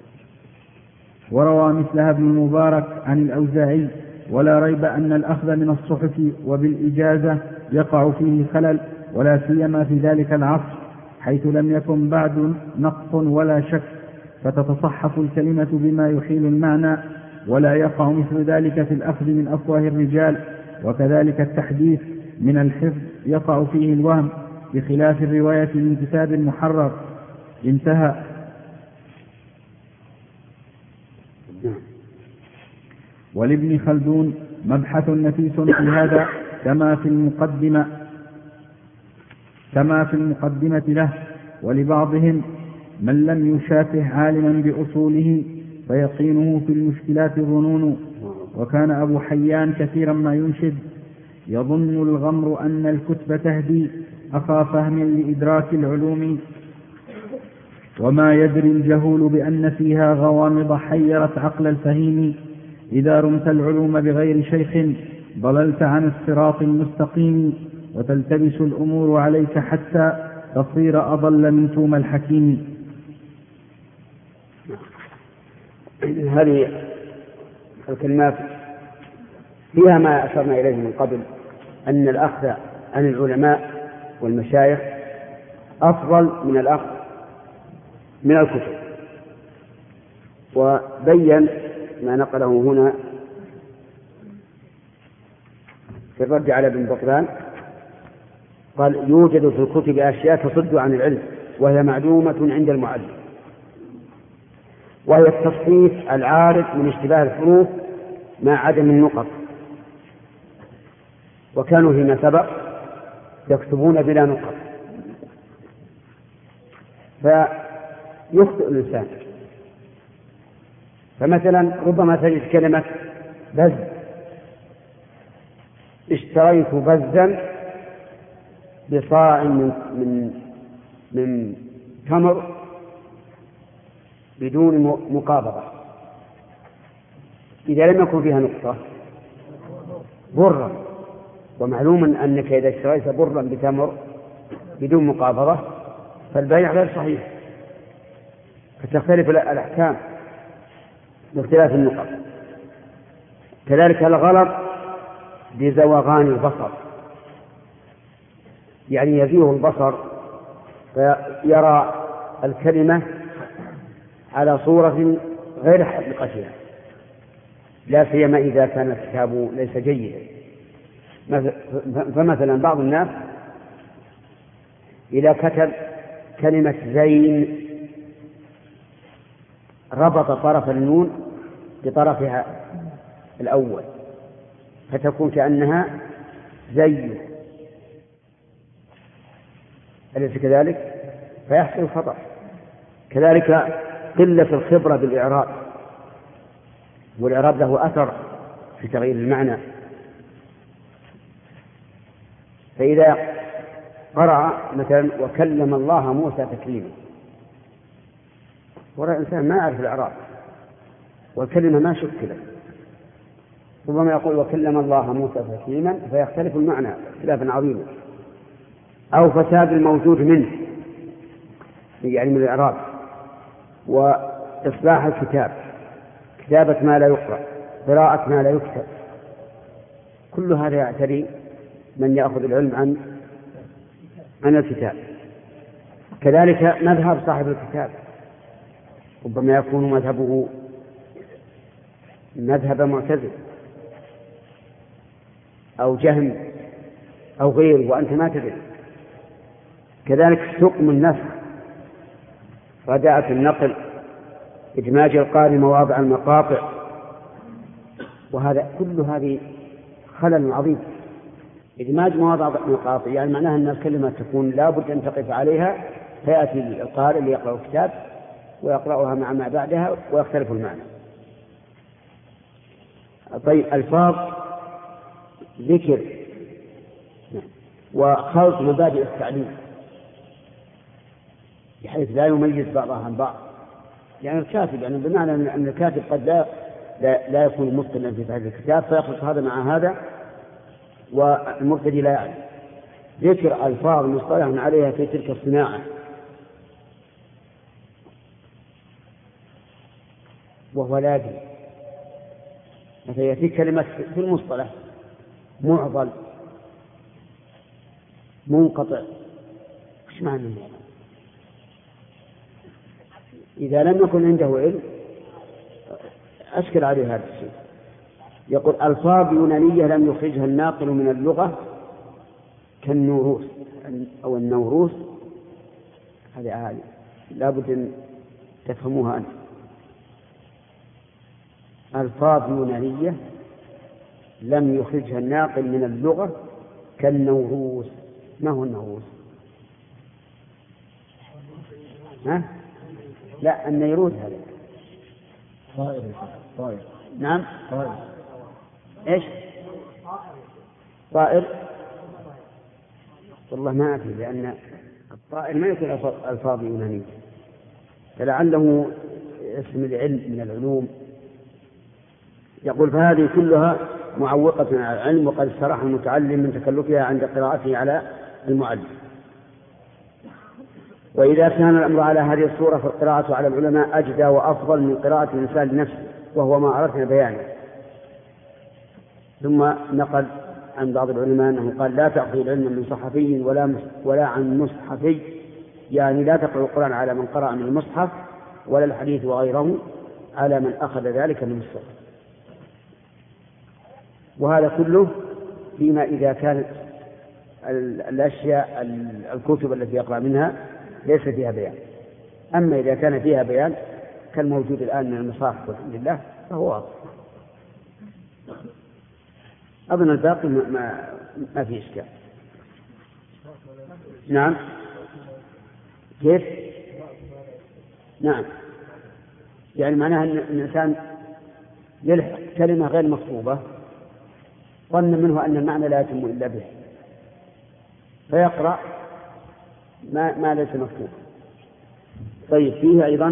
وروى مثلها ابن المبارك عن الأوزاعي ولا ريب أن الأخذ من الصحف وبالإجازة يقع فيه خلل ولا سيما في ذلك العصر حيث لم يكن بعد نقص ولا شك فتتصحف الكلمة بما يحيل المعنى ولا يقع مثل ذلك في الأخذ من أفواه الرجال. وكذلك التحديث من الحفظ يقع فيه الوهم بخلاف الرواية من كتاب محرر. انتهى. ولابن خلدون مبحث نفيس في هذا كما في المقدمة كما في المقدمة له. ولبعضهم من لم يشافه عالما بأصوله فيقينه في المشكلات ظنون. وكان أبو حيان كثيرا ما ينشد يظن الغمر أن الكتب تهدي أخا فهم لإدراك العلوم وما يدري الجهول بأن فيها غوامض حيرت عقل الفهيم. إذا رمت العلوم بغير شيخ ضللت عن الصراط المستقيم وتلتبس الأمور عليك حتى تصير أضل من توم الحكيم. هذه الكلمات فيها ما أشرنا إليه من قبل أن الأخذ عن العلماء والمشايخ أفضل من الأخذ من الكتب. وبين ما نقله هنا في الرد على ابن بطلان قال يوجد في الكتب أشياء تصد عن العلم وهي معلومة عند المعلم وهي التصحيف العارض من اشتباه الحروف مع عدم النقط. وكانوا فيما سبق يكتبون بلا نقط فيخطئ الإنسان. فمثلا ربما تجد كلمة بز اشتريت بزا بصاع من من من تمر بدون مقابضة. إذا لم يكن فيها نقطة برا، ومعلوم أنك إذا اشتريت برا بتمر بدون مقابضة فالبيع غير صحيح فتختلف الأحكام باختلاف النقط. كذلك الغلط بزوغان البصر، يعني يزيغ البصر فيرى الكلمة على صورة غير حقيقتها، لا سيما إذا كان الكتاب ليس جيدا. فمثلا بعض الناس إذا كتب كلمة زين ربط طرف النون بطرفها الأول فتكون كأنها زي، أليس كذلك؟ فيحصل خطأ. كذلك قلة الخبرة بالإعراب، والإعراب له أثر في تغيير المعنى. فإذا قرأ مثلا وكلم الله موسى تكليما ورأى الإنسان ما يعرف الإعراب والكلمة ما شكلت، ربما يقول وكلم الله موسى تكليما فيختلف المعنى اختلافا عظيما، أو فساد الموجود منه يعني من الإعراب، وإصلاح الكتاب، كتابة ما لا يقرأ، قراءة ما لا يكتب. كل هذا يعتري من يأخذ العلم عن عن الكتاب. كذلك مذهب صاحب الكتاب ربما يكون مذهبه مذهب معتزل أو جهم أو غيره وأنت ما تدري. كذلك حكم النسخ، رداءة النقل، إدماج القارئ مواضع المقاطع، وهذا كل هذه خلل عظيم. إدماج مواضع المقاطع يعني معناها أن الكلمة تكون لابد أن تقف عليها، فيأتي القارئ ليقرأ الكتاب ويقرأها مع ما بعدها ويختلف المعنى. طيب ألفاظ ذكر وخلط مبادئ التعليم بحيث لا يميز بعضها عن بعض، يعني الكاتب يعني بمعنى أن الكاتب قد لا لا, لا يكون متقنا في هذا الكتاب فيخلط هذا مع هذا والمبتدئ لا يعلم. ذكر ألفاظ مصطلح عليها في تلك الصناعة وهو لا يدري، مثلا يأتي كلمة في المصطلح معضل منقطع، ايش معنى المعضل؟ إذا لم يكن عنده علم أشكل عليه هذا الشيء. يقول ألفاظ يونانية لم يخرجها الناقل من اللغة كالنوروس أو النوروس، هذه عالية لابد أن تفهموها أنت. ألفاظ يونانية لم يخرجها الناقل من اللغة كالنوروس. ما هو النوروس؟ ها؟ لا النيروس هذا طائر. طائر. نعم طائر. ايش؟ طائر. والله ما أدري لأن الطائر ما يكون ألفاظ يونانية، فلعله اسم العلم من العلوم. يقول فهذه كلها معوقة على العلم، وقد استراح المتعلم من تكلفها عند قراءته على المعلم. وإذا كان الأمر على هذه الصورة فالقراءة على العلماء أجدى وأفضل من قراءة الإنسان لنفسه، وهو ما أردنا بيانه. ثم نقل عن بعض العلماء أنه قال لا تأخذ العلم من صحفي ولا ولا عن مصحفي، يعني لا تقرأ القرآن على من قرأ من المصحف ولا الحديث وغيره على من أخذ ذلك من الصحف. وهذا كله فيما إذا كانت الأشياء الكتب التي يقرأ منها ليس فيها بيان. أما إذا كان فيها بيان كالموجود الآن من المصاحف والحمد لله فهو واضح. أظن الباقي ما, ما, ما في إشكال. نعم كيف؟ نعم يعني معناها أن الإنسان يلحق كلمة غير مكتوبة ظن منه أن المعنى لا يتم إلا به فيقرأ ما, ما ليس مكتوب. طيب فيه أيضا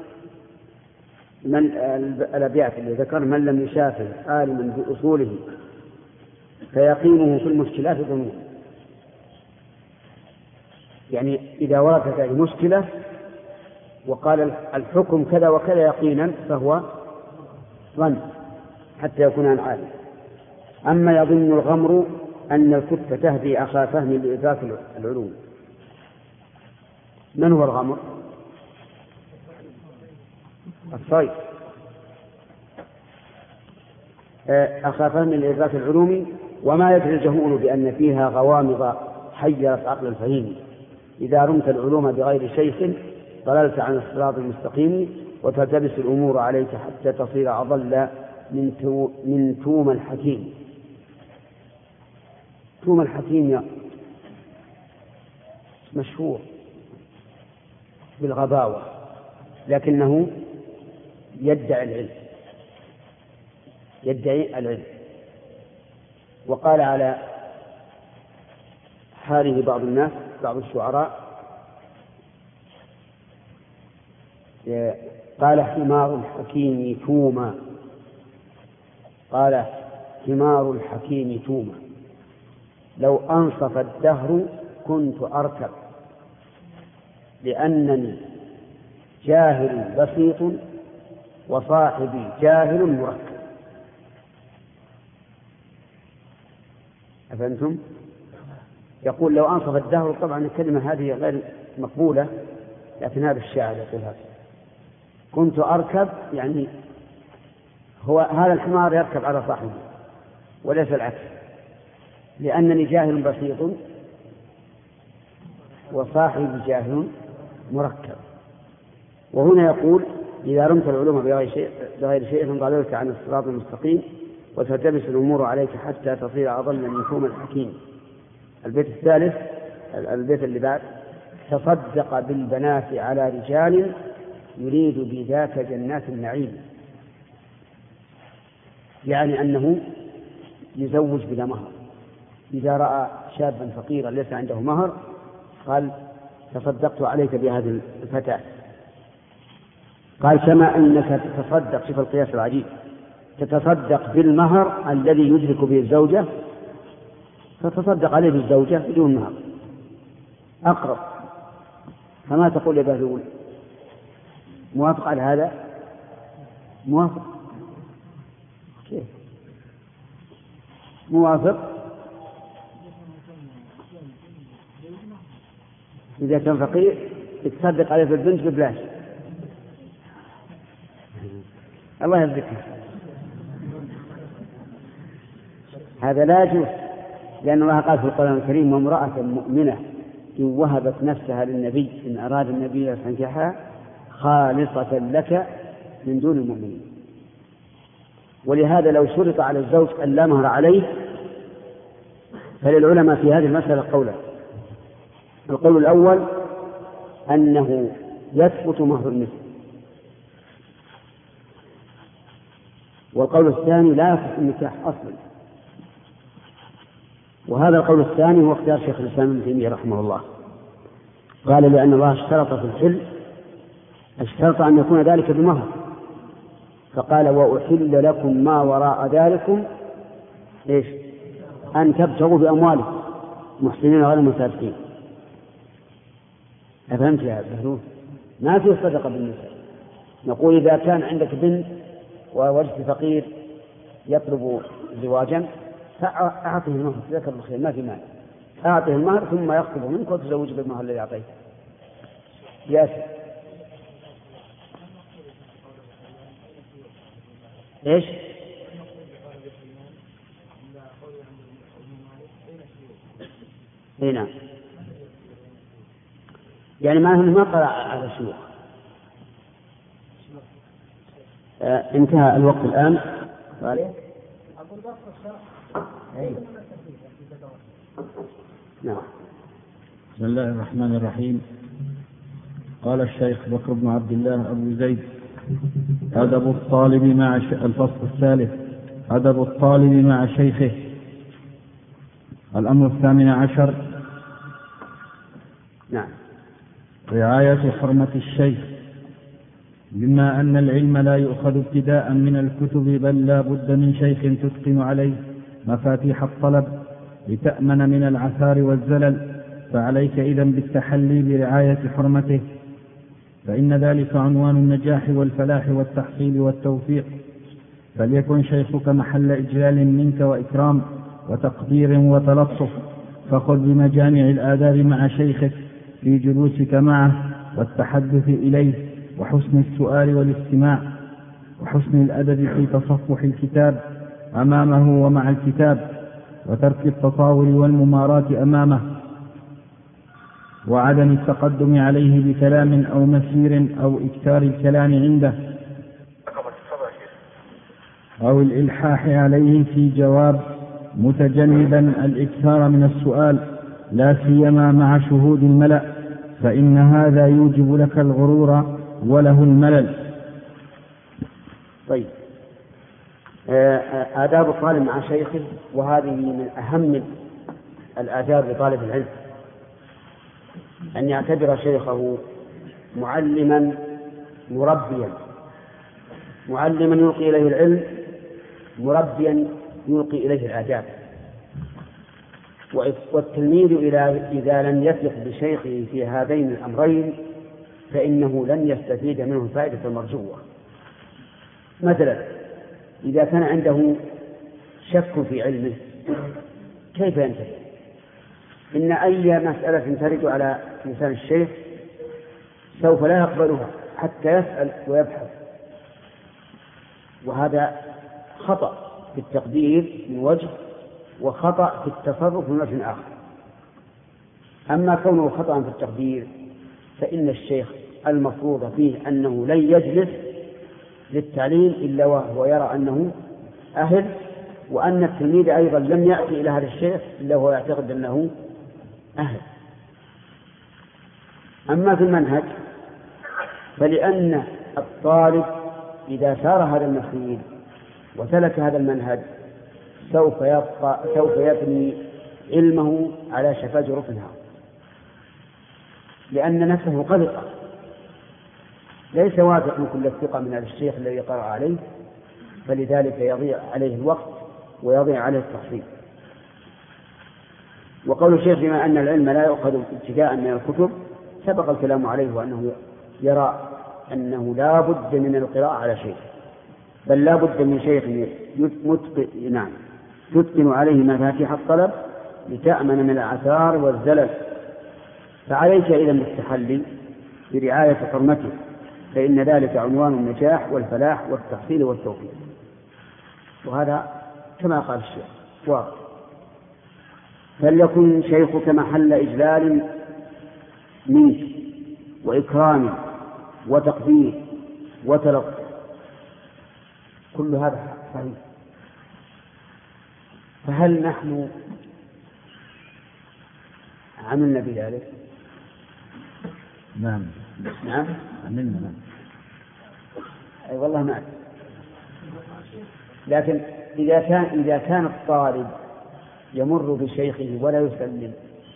من الأبيات اللي ذكر من لم يشافه عالما بأصوله فيقينه في المشكلات ظنون. يعني إذا وردت المشكلة وقال الحكم كذا وكذا يقينا فهو ظن حتى يكون عن عالم. أما يظن الغمر أن الكتب تهدي أخا فهم لإدراك العلوم. من هو الغمر؟ الصيد. أخا فهم لإدراك العلوم وما يدري الجهول بأن فيها غوامض حيرت عقل الفهيم. إذا رمت العلوم بغير شيخ ضللت عن الصراط المستقيم وتلتبس الأمور عليك حتى تصير أضل من تو من توم الحكيم. توم الحكيم مشهور بالغباوة لكنه يدعي العلم يدعي العلم. وقال على حاله بعض الناس بعض الشعراء قال حمار الحكيم توما قال حمار الحكيم توما لو أنصف الدهر كنت أركب لأنني جاهل بسيط وصاحبي جاهل مركب. أفهمتم؟ يقول لو أنصف الدهر، طبعا الكلمة هذه غير مقبولة لكن هذا الشاعر يقول هذا. كنت أركب يعني هو هذا الحمار يركب على صاحبه وليس العكس، لأنني جاهل بسيط وصاحبي جاهل مركب. وهنا يقول إذا رمت العلوم بغير شيء بغير شيء ضللت عن الصراط المستقيم وتلتبس الأمور عليك حتى تصير أضل من فهم الحكيم. البيت الثالث البيت اللي بعد: تصدق بالبنات على رجال يريد بذاك جنات النعيم، يعني أنه يزوج بلا مهر. إذا رأى شابا فقيرا ليس عنده مهر قال تصدقت عليك بهذه الفتاة. قال كما أنك تتصدق، شوف القياس العجيب، تتصدق بالمهر الذي يدرك به الزوجة فتصدق عليه بالزوجة بدون مهر أقرب. فما تقول يا بهلول؟ موافق على هذا؟ موافق؟ كيف موافق؟ إذا كان فقير يتصدق عليه بالبنت ببلاش. الله يذكر هذا لا يجوز، لأن الله قال في القرآن الكريم: وامرأة مؤمنة إن وهبت نفسها للنبي إن أراد النبي أن ينكحها خالصة لك من دون المؤمنين. ولهذا لو شرط على الزوج أن لا مهر عليه فللعلماء في هذه المسألة قولا: القول الأول أنه يثبت مهر المثل، والقول الثاني لا يصح النكاح أصلا. وهذا القول الثاني هو اختيار شيخ الإسلام ابن تيمية رحمه الله، قال لأن الله اشترط في الحل اشترط أن يكون ذلك بمهر، فقال: وأحل لكم ما وراء ذلكم إيش؟ أن تبتغوا بأموالكم محسنين غير مسافرين. أفهمت يا بهلول؟ ما في صدقة بالنساء. نقول إذا كان عندك بنت ووجدت فقير يطلب زواجا فأعطه المهر، ذكر الخير ما في مال، أعطه المهر ثم يخطب منك وتزوج بالمهر الذي أعطيته. ياسر إيش؟ هنا يعني ما هم ما قرأ على الشيوخ. آه انتهى الوقت الآن. نعم. بسم الله الرحمن الرحيم. قال الشيخ بكر بن عبد الله أبو زيد: أدب الطالب مع ش... الفصل الثالث: أدب الطالب مع شيخه. الأمر الثامن عشر: نعم. رعاية حرمة الشيخ، بما أن العلم لا يؤخذ ابتداء من الكتب بل لا بد من شيخ تتقن عليه مفاتيح الطلب لتأمن من العثار والزلل، فعليك إذن بالتحلي برعاية حرمته، فإن ذلك عنوان النجاح والفلاح والتحصيل والتوفيق. فليكن شيخك محل إجلال منك وإكرام وتقدير وتلطف، فخذ بمجامع الآداب مع شيخك في جلوسك معه والتحدث إليه وحسن السؤال والاستماع وحسن الأدب في تصفح الكتاب أمامه ومع الكتاب، وترك التطاول والممارات أمامه، وعدم التقدم عليه بكلام أو مسير أو إكثار الكلام عنده أو الإلحاح عليه في جواب، متجنبا الإكثار من السؤال لا سيما مع شهود الملأ، فإن هذا يوجب لك الغرور وله الملل. طيب، آداب الطالب مع شيخه، وهذه من أهم الآداب لطالب العلم، أن يعتبر شيخه معلما مربيا، معلما يلقي إليه العلم، مربيا يلقي إليه الآداب. والتلميذ إذا لم يثق بشيخه في هذين الأمرين فإنه لن يستفيد منه الفائدة المرجوة. مثلا إذا كان عنده شك في علمه كيف ينتهي؟ إن أي مسألة ترد على لسان الشيخ سوف لا يقبلها حتى يسأل ويبحث. وهذا خطأ في التقدير من وجه وخطأ في التصرف من وجه آخر. أما كونه خطأ في التقدير فإن الشيخ المفروض فيه أنه لن يجلس للتعليم إلا وهو يرى أنه أهل، وأن التلميذ أيضا لم يأتي إلى هذا الشيخ إلا وهو يعتقد أنه أهل. أما في المنهج فلأن الطالب إذا سار هذا المسير وسلك هذا المنهج سوف يبقى سوف يبني علمه على شفا جرف النار، لأن نفسه قلقة، ليس واثق من كل الثقة من هذا الشيخ الذي قرأ عليه، فلذلك يضيع عليه الوقت ويضيع عليه التحصيل. وقول الشيخ بما أن العلم لا يؤخذ ابتداء من الكتب سبق الكلام عليه، وأنه يرى أنه لا بد من القراءة على شيء، بل لا بد من شيخ متقن نعم تتقن عليه مفاتيح الطلب لتأمن من الآثار والزلل. فعليك إذا بالتحلي برعاية حرمته، فإن ذلك عنوان النجاح والفلاح والتحصيل والتوفيق. وهذا كما قال الشيخ واضح. فليكن شيخك محل إجلال منك وإكرام وتقدير وتلطف، كل هذا صحيح. فهل نحن عملنا بذلك؟ نعم نعم عملنا نعم. أي والله ما أعرف. لكن إذا كان إذا كان الطالب يمر بشيخه ولا يسلم،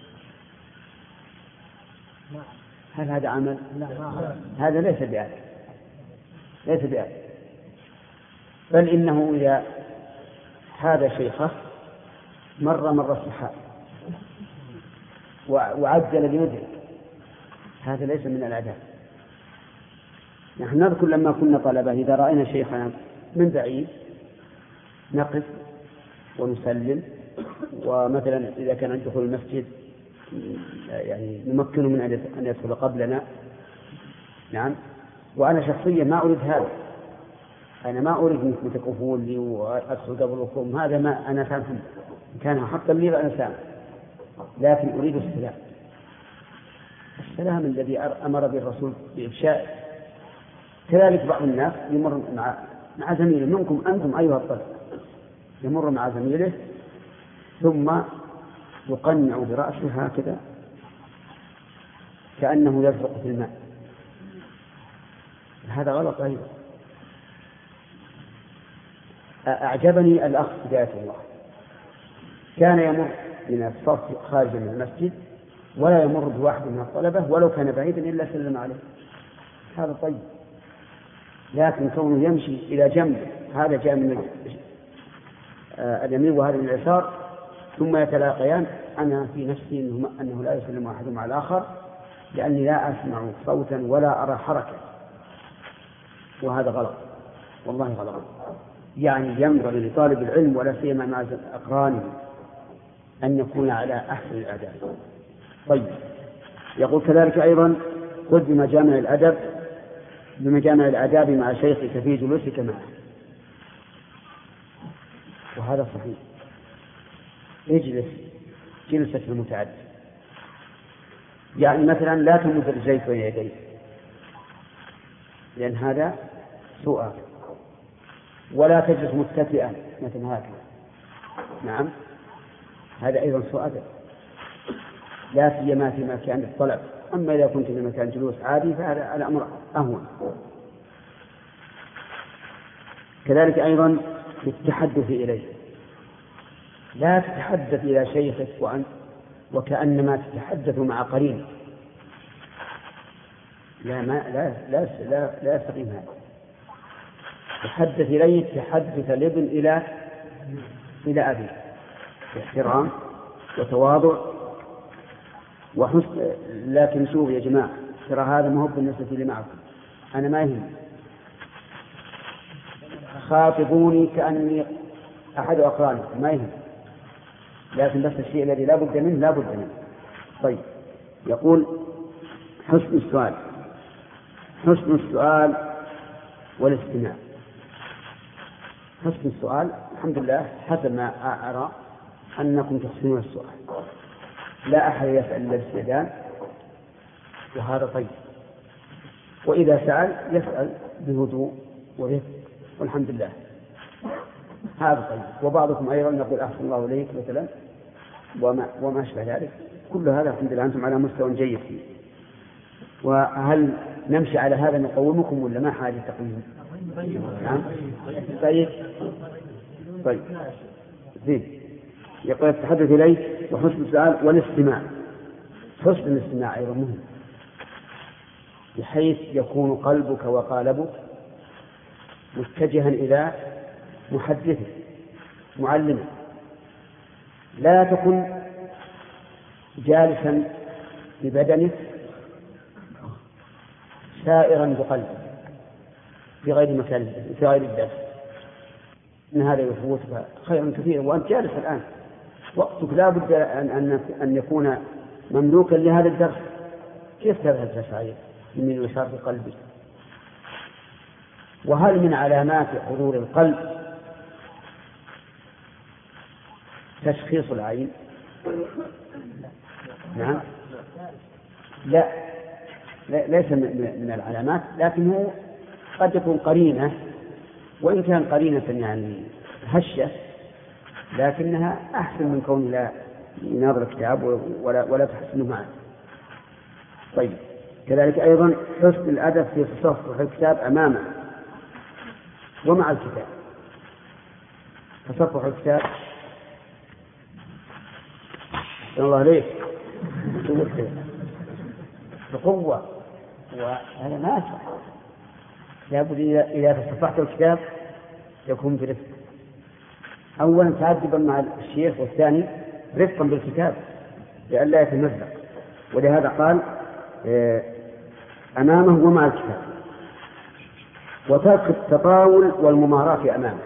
هل هذا عمل؟ هذا ليس بآل ليس بآل بل إنه إذا هذا شيخه مر مر السحاب وعجل بيدرك، هذا ليس من الآداب. نحن نذكر لما كنا طلبة إذا رأينا شيخنا من بعيد نقف ونسلم، ومثلا إذا كان عند دخول المسجد يعني نمكنه من أن يدخل قبلنا. نعم. وأنا شخصيا ما أريد هذا، أنا ما أريد أنكم تقفون لي وأدخل قبلكم، هذا ما أنا سامحكم، كان حقا لي وأنا سامح، لكن أريد السلام، السلام الذي أمر به الرسول بإفشاء. كذلك بعض الناس يمر مع مع زميله منكم أنتم أيها الطلبة، يمر مع زميله ثم يقنع برأسه هكذا كأنه يزرق في الماء، هذا غلط أيضا. أعجبني الأخ هداية الله كان يمر من الصف خارج من المسجد ولا يمر بواحد من الطلبة ولو كان بعيدا إلا سلم عليه، هذا طيب. لكن كونه يمشي إلى جنب، هذا جاء من اليمين وهذا من اليسار ثم يتلاقيان، أنا في نفسي أنه لا يسلم أحدهم على الآخر لأني لا أسمع صوتا ولا أرى حركة، وهذا غلط والله غلط. يعني ينبغي لطالب العلم ولا سيما مع أقرانه أن يكون على أحسن الآداب. طيب، يقول كذلك أيضا خذ بمجامع الأدب بمجامع الآداب مع شيخك في جلوسك معه، وهذا صحيح. اجلس جلسة المتعدد، يعني مثلا لا تمد رجليك بين يديك لأن هذا سوء، ولا تجلس متكئا مثل هكذا، نعم هذا أيضا سوء أدب، لا سيما في مكان الطلب. أما إذا كنت في مكان جلوس عادي فهذا الأمر أهون. كذلك أيضا في التحدث إليه، لا تتحدث إلى شيخك وأنت وكأنما تتحدث مع قرين، لا ما لا لا لا, لا يستقيم هذا. تحدث إليه تحدث الابن إلى إلى أبي باحترام وتواضع وحسن. لكن شوف يا جماعة، ترى هذا ما هو بالنسبة لي معكم، أنا ما يهم، خاطبوني كأني أحد أقراني ما يهم، لكن بس الشيء الذي لا بد منه لا بد منه. طيب، يقول حسن السؤال حسن السؤال والاستماع. حسن السؤال الحمد لله حسب ما أرى أنكم تحسنون السؤال، لا أحد يسأل إلا باستئذان، وهذا طيب. وإذا سأل يسأل بهدوء ورفق، والحمد لله هذا طيب. وبعضكم أيضا يقول أحسن الله إليك مثلا وما, وما أشبه ذلك، كل هذا الحمد لله أنتم على مستوى جيد فيه. وهل نمشي على هذا نقومكم ولا ما حاجة تقويم؟ نعم طيب طيب زين. يقول التحدث إليه وحسن السؤال والاستماع. حسن الاستماع أيضا مهم، بحيث يكون قلبك وقالبك متجها إلى محدثك معلمك. لا تكن جالسا ببدنك سائرا بقلبك في غير مكان في غير الدرس، إن هذا يفوتك خيرا كثيرا وأنت جالس الآن. وقتك لا بد أن أن يكون مملوكا لهذا الدرس. كيف تذهب تسعى من يشار في قلبك؟ وهل من علامات حضور القلب تشخيص العين؟ نعم لا, لا ليس من العلامات، لكنه قد يكون قرينة، وإن كان قرينة يعني هشة لكنها أحسن من كون لا يناظر الكتاب ولا, ولا تحسنه معه. طيب كذلك أيضا حسن الأدب في تصفح الكتاب أمامه ومع الكتاب. تصفح الكتاب أحسن الله عليك بقوة، وهذا ما أسمح. لابد إذا تصفحت الكتاب يكون برفق، أولا تعذبا مع الشيخ، والثاني رفقا بالكتاب لئلا يتمزق. ولهذا قال أمامه ومع الكتاب. وترك التطاول والمماراة أمامه.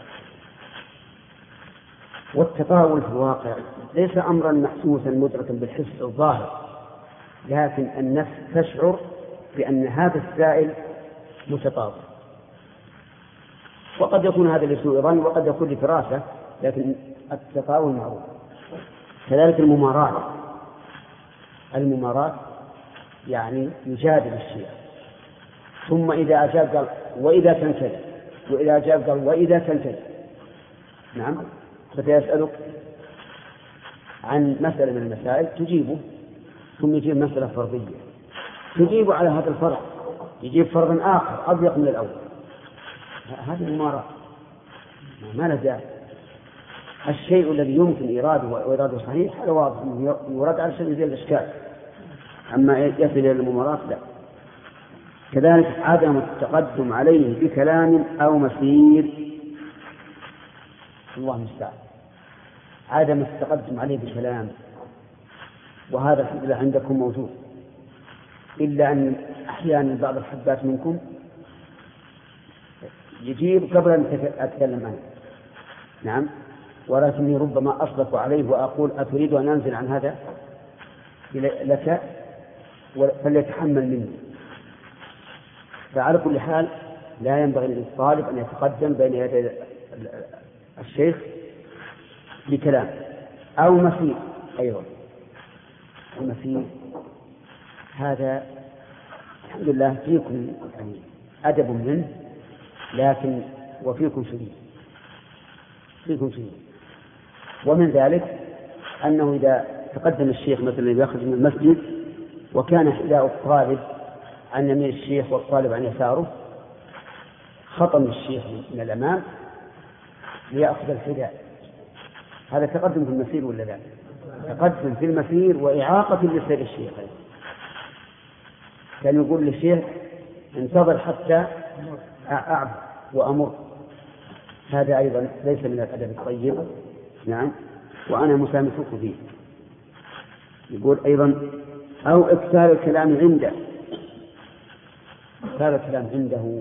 والتطاول في الواقع ليس أمرا محسوسا مدركا بالحس الظاهر، لكن النفس تشعر بأن هذا السائل متطاول، وقد يكون هذا لسوء ظن وقد يكون لفراسة، لكن التطاول معروف. كذلك المماراة. المماراة يعني يجادل الشيء، ثم إذا أجاب قال وإذا تنكد، وإذا أجاب قال وإذا تنكد. نعم فسيسألك عن مسألة من المسائل تجيبه، ثم يجيب مسألة فرضية تجيب على هذا الفرض، يجيب فرض آخر أضيق من الأول. هذه المماراة ما له داعي. الشيء الذي يمكن إيراده وإيراده صحيح هذا واضح يراد على شيء زي الإشكال، أما يصل إلى الممارات لا. كذلك عدم التقدم عليه بكلام أو مسير، الله المستعان. عدم التقدم عليه بكلام، وهذا الحمد لله عندكم موجود، إلا أن أحيانا بعض الحبات منكم يجيب قبل أن أتكلم عنه. نعم ولكني ربما أصدق عليه وأقول أتريد أن أنزل عن هذا لك فليتحمل مني. فعلى كل حال لا ينبغي للطالب أن يتقدم بين يدي الشيخ بكلام أو مسير. أيضا المسير هذا الحمد لله فيكم يعني أدب منه، لكن وفيكم شديد فيكم شديد. ومن ذلك أنه إذا تقدم الشيخ مثلا يخرج من المسجد وكان حذاء الطالب عن يمين الشيخ والطالب عن يساره، خطم الشيخ من الأمام ليأخذ الحذاء. هذا تقدم في المسير ولا لا؟ تقدم في المسير وإعاقة لسير الشيخ. كان يقول للشيخ انتظر حتى أعب وأمر. هذا أيضا ليس من الأدب الطيب. نعم وأنا مسامحك فيه. يقول أيضا أو إكثار الكلام عنده. إكثار الكلام عنده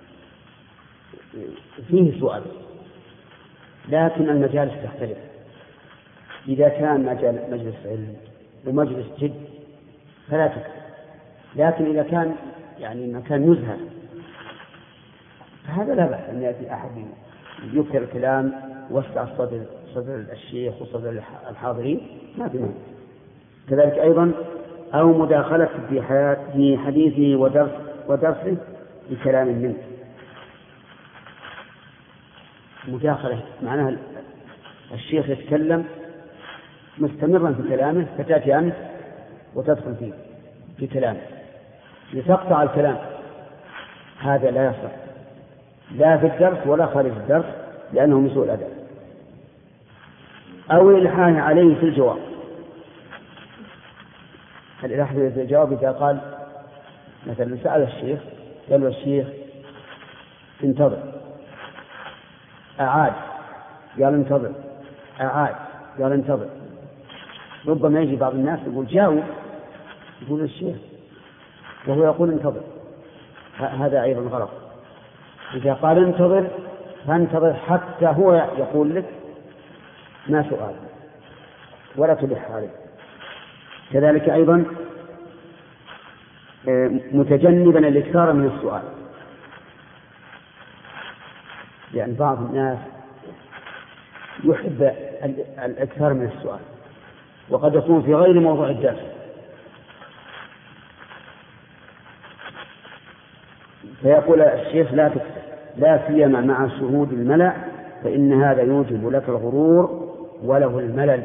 فيه سؤال، لكن المجالس تختلف. إذا كان مجال مجلس علم ومجلس جد فلا تكثر، لكن إذا كان يعني مكان نزهة فهذا لا بأس أن يأتي أحد يكثر الكلام وسع صدر صدر الشيخ وصدر الحاضرين ما في مانع. كذلك أيضا أو مداخلة في في حديثه ودرس ودرسه بكلام منه. مداخلة معناها الشيخ يتكلم مستمرا في كلامه فتأتي أنت وتدخل فيه في كلامه لتقطع الكلام، هذا لا يصح لا في الدرس ولا خارج الدرس لأنه من سوء الأدب. أو الإلحاح عليه في الجواب. الإلحاح في الجواب إذا قال مثلا سأل الشيخ قال له الشيخ انتظر، أعاد قال انتظر، أعاد قال انتظر. ربما يجي بعض الناس يقول جاوب، يقول الشيخ وهو يقول انتظر، هذا أيضا غلط. إذا قال انتظر فانتظر حتى هو يقول لك ما سؤال ولا تلح عليه. كذلك أيضا متجنبا الإكثار من السؤال، يعني بعض الناس يحب الإكثار من السؤال وقد يكون في غير موضوع الدرس، فيقول الشيخ لا تكثر لا سيما مع شهود الملأ فإن هذا يوجب لك الغرور وله الملل.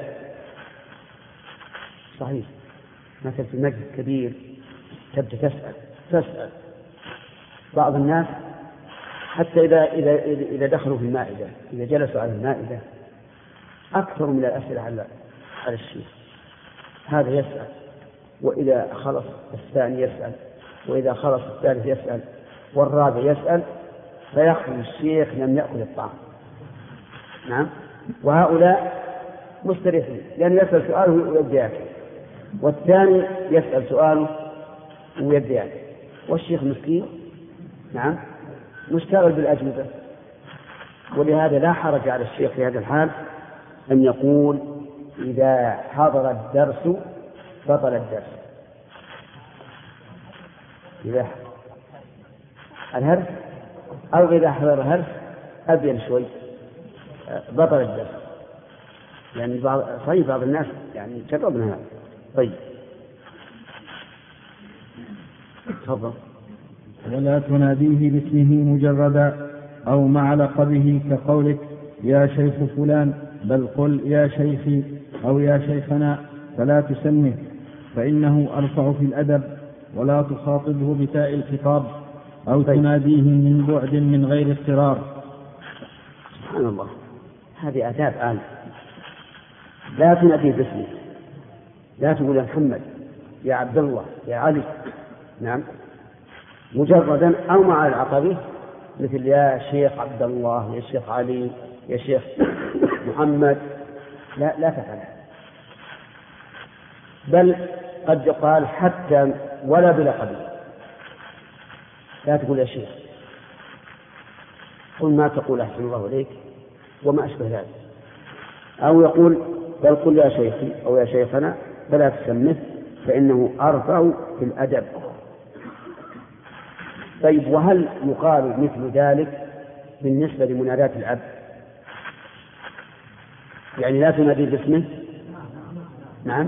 صحيح، مثل في مجلس كبير تبدأ تسأل تسأل بعض الناس حتى إذا إذا إذا دخلوا في المائدة، إذا جلسوا على المائدة أكثر من الأسئلة على على الشيخ. هذا يسأل، وإذا خلص الثاني يسأل، وإذا خلص الثالث يسأل، والرابع يسأل، فيخرج الشيخ لم يأكل الطعام. نعم، وهؤلاء مستريحين لأن يسأل سؤاله ويبدأ يأكل، والثاني يسأل سؤاله ويبدأ يأكل، والشيخ مسكين نعم مشتغل بالأجوبة. ولهذا لا حرج على الشيخ في هذا الحال أن يقول إذا حضر الدرس بطل الدرس. إذا الهرس أو إذا حضر الهرس أبين شوي بطل الدرس، يعني بعض صحيح بعض الناس يعني جربنا هذا. طيب تفضل. ولا تناديه باسمه مجردا أو مع لقبه كقولك يا شيخ فلان، بل قل يا شيخي أو يا شيخنا، فلا تسمه فإنه أرفع في الأدب. ولا تخاطبه بتاء الخطاب أو تناديه من بعد من غير اضطرار. سبحان الله، هذه آداب آن. لا تناديه باسمه، لا تقول يا محمد يا عبد الله يا علي، نعم، مجردا أو مع العقبة مثل يا شيخ عبد الله يا شيخ علي يا شيخ محمد، لا لا تفعل. بل قد يقال حتى ولا بلقبه، لا تقول يا شيخ، قل ما تقول أحسن الله إليك وما أشبه ذلك. أو يقول بل قل يا شيخي أو يا شيخنا، فلا تسمه فإنه أرفع في الأدب. طيب، وهل يقال مثل ذلك بالنسبة لمناداة الأب؟ يعني لا تنادي باسمه؟ نعم،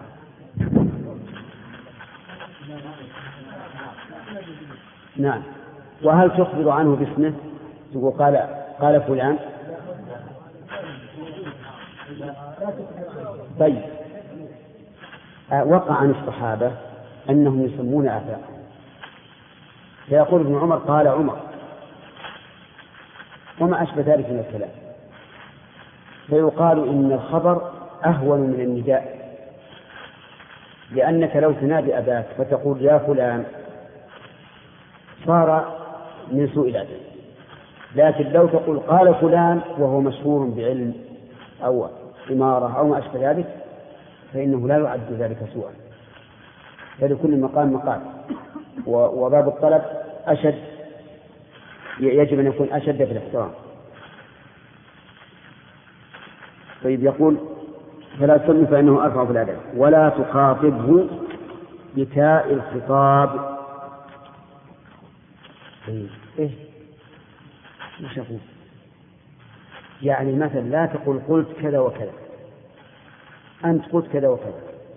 نعم. وهل تخبر عنه باسمه تقول قال قال فلان؟ طيب، وقع عن الصحابة أنهم يسمون آباءهم، فيقول ابن عمر قال عمر وما أشبه ذلك من الكلام، فيقال إن الخبر أهون من النداء، لأنك لو تنادي أباك فتقول يا فلان صار من سوء الأدب، لكن لو تقول قال فلان وهو مشهور بعلم أو إمارة أو ما أشبه ذلك فإنه لا يعد ذلك سوءا. فلكل مقام مقال، وباب الطلب أشد، يجب أن يكون أشد في الاحترام. طيب، يقول فلا تسمي فإنه أرفع في الأدب. ولا تخاطبه بتاء الخطاب. طيب، إيه مش أقول يعني مثلا لا تقول قلت كذا وكذا، أنت قلت كذا وكذا،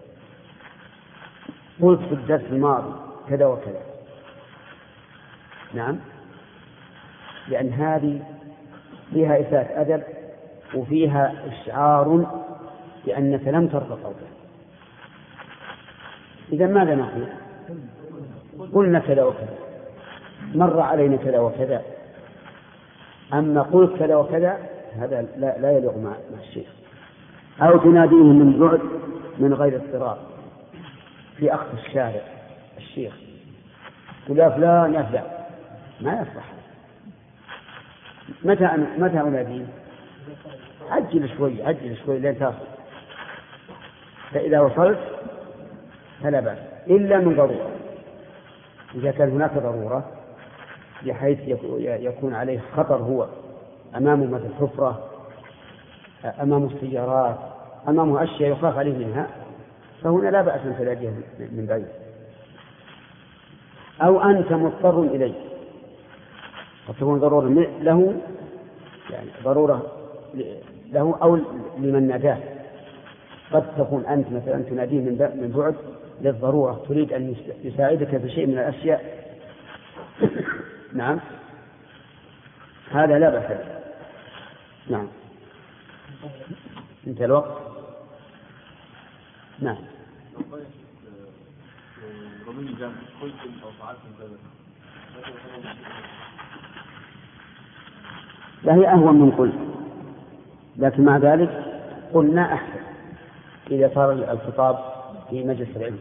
قلت في الدرس الماضي كذا وكذا. نعم، لأن هذه فيها إساءة أدب وفيها إشعار بأنك لم ترضى قولك. إذا ماذا نقول؟ قلنا كذا وكذا، مر علينا كذا وكذا. أما قلت كذا وكذا هذا لا, لا يليق مع الشيخ. أو تناديه من بعد من غير اضطرار في أخذ الشارع الشيخ تقول يا فلان يا فلان، ما يصلح. متى أنا متى أناديه؟ عجل شوي عجل شوي لين تصل، فإذا وصلت فلا بأس، إلا من ضرورة. إذا كان هناك ضرورة بحيث يكون عليه خطر، هو أمامه مثل حفرة، أمامه السيارات، أمامه أشياء يخاف عليه منها، فهنا لا بأس أن تناديه من بعيد. أو أنت مضطر إليه، قد تكون ضرورة له، يعني ضرورة له أو لمن ناداه. قد تكون أنت مثلا تناديه من بعد للضرورة، تريد أن يساعدك في شيء من الأشياء. نعم، هذا لا بأس. نعم، انت الوقت. نعم، لا هي أهون من قل، لكن مع ذلك قلنا أحسن إذا صار الخطاب في مجلس العلم.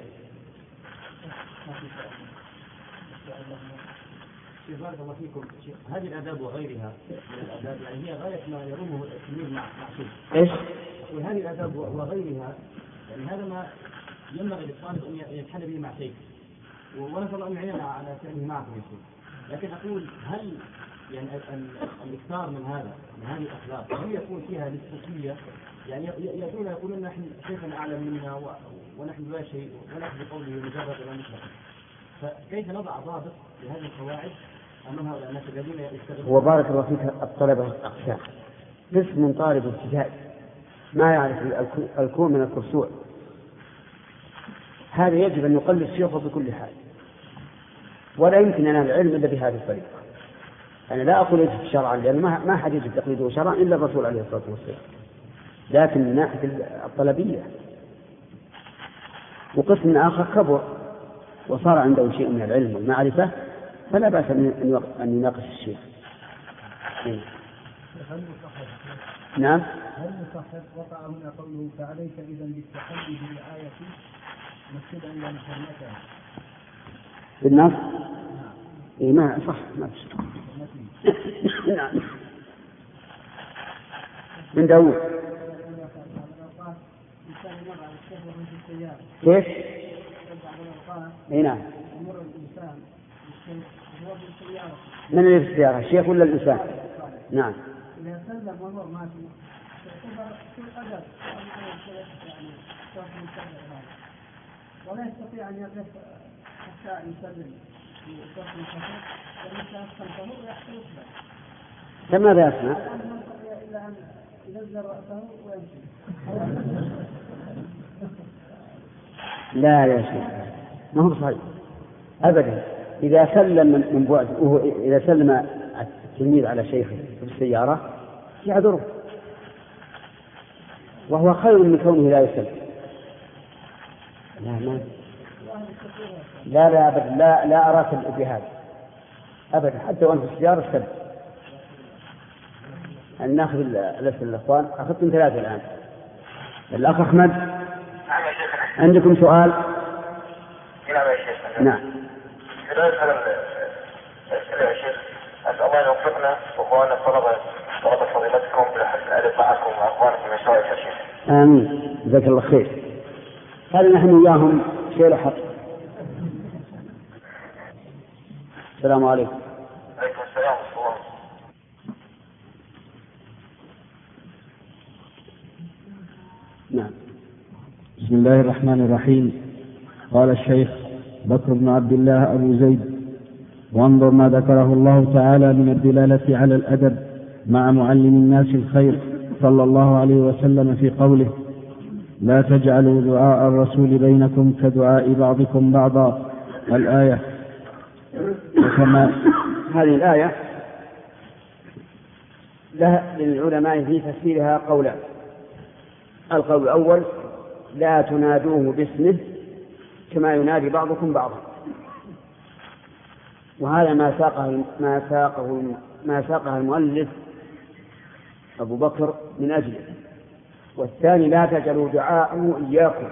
بارك الله فيكم. هذه الآداب وغيرها من الآداب يعني هي غاية ما يرومه التلميذ مع شيخ. إيش؟ وهذه الآداب وغيرها يعني هذا ما ينبغي للطالب أن يتحلى به مع شيخ، ونسأل الله أن يعيننا على فعله معكم يا شيخ. لكن أقول هل يعني الإكثار من هذا من هذه الأخلاق هل يكون فيها للسفلية؟ يعني يأتون يقولون نحن شيخنا أعلم منا ونحن لا شيء ونأخذ بقوله مجرد ولا مطلق. فكيف نضع ضابط لهذه القواعد أمام هؤلاء الناس الذين يستغلون؟ وبارك الله فيك، الطلبة أقسام. قسم من طالب ابتدائي ما يعرف الكون من الكرسوع، هذا يجب أن يقلد شيخه بكل حال، ولا يمكن أن العلم إلا بهذه الطريقة. أنا لا أقول يجب شرعا، لأن ما حد يجب تقليده شرعا إلا الرسول عليه الصلاة والسلام، لكن من ناحية الطلبية. وقسم آخر كبر وصار عنده شيء من العلم والمعرفة، فلا بأس أن يناقش الشيخ. نعم. هل مصحف وقع هنا قوله فعليك إذن بالتحلي برعاية مسجدا لمحرمتها بالنص؟ إيه ما صح ما نعم. من داود كيف؟ اي نعم. من اللي في السيارة، الشيخ ولا الإنسان؟ نعم. إذا سلم وهو ماشي ولا يستطيع أن يقف حتى يسلم ويقف الكفر، فإذا أدخل الكفر يحترق له. فماذا يصنع؟ إلا أن ينزل رأسه ويمشي. لا يا شيخ، ما هو صحيح أبدا. إذا سلم من بعد، إذا سلم التلميذ على شيخه في السيارة يعذره، وهو خير من كونه لا يسلم. لا ما لا لا أبدا، لا لا أراك بهذا أبدا، حتى وأنت في السيارة سلم. أن نأخذ الأسئلة الأخوان، أخذتم ثلاثة الآن. الأخ أحمد عندكم سؤال؟ نعم يا شيخ. نعم. خلال هذا الأسئلة يا شيخ، أسأل الله أن يوفقنا وأخواننا الطلبة طلبة فضيلتكم بحسن الأدب معكم وأخوانكم من المشايخ يا شيخ. آمين، جزاك الله خير. هل نحن وياهم شيء لحق؟ السلام عليكم. عليكم السلام ورحمة الله. نعم. بسم الله الرحمن الرحيم. قال الشيخ بكر بن عبد الله أبو زيد: وانظر ما ذكره الله تعالى من الدلالة على الأدب مع معلم الناس الخير صلى الله عليه وسلم في قوله: لا تجعلوا دعاء الرسول بينكم كدعاء بعضكم بعضا، الآية. وكما هذه الآية لها للعلماء في تفسيرها قولان: القول الأول: لا تنادوه باسمه كما ينادي بعضكم بعضا، وهذا ما ساقه ما ساقه ما ساقه المؤلف أبو بكر من أجله. والثاني: لا تجعلوا دعاءه إياكم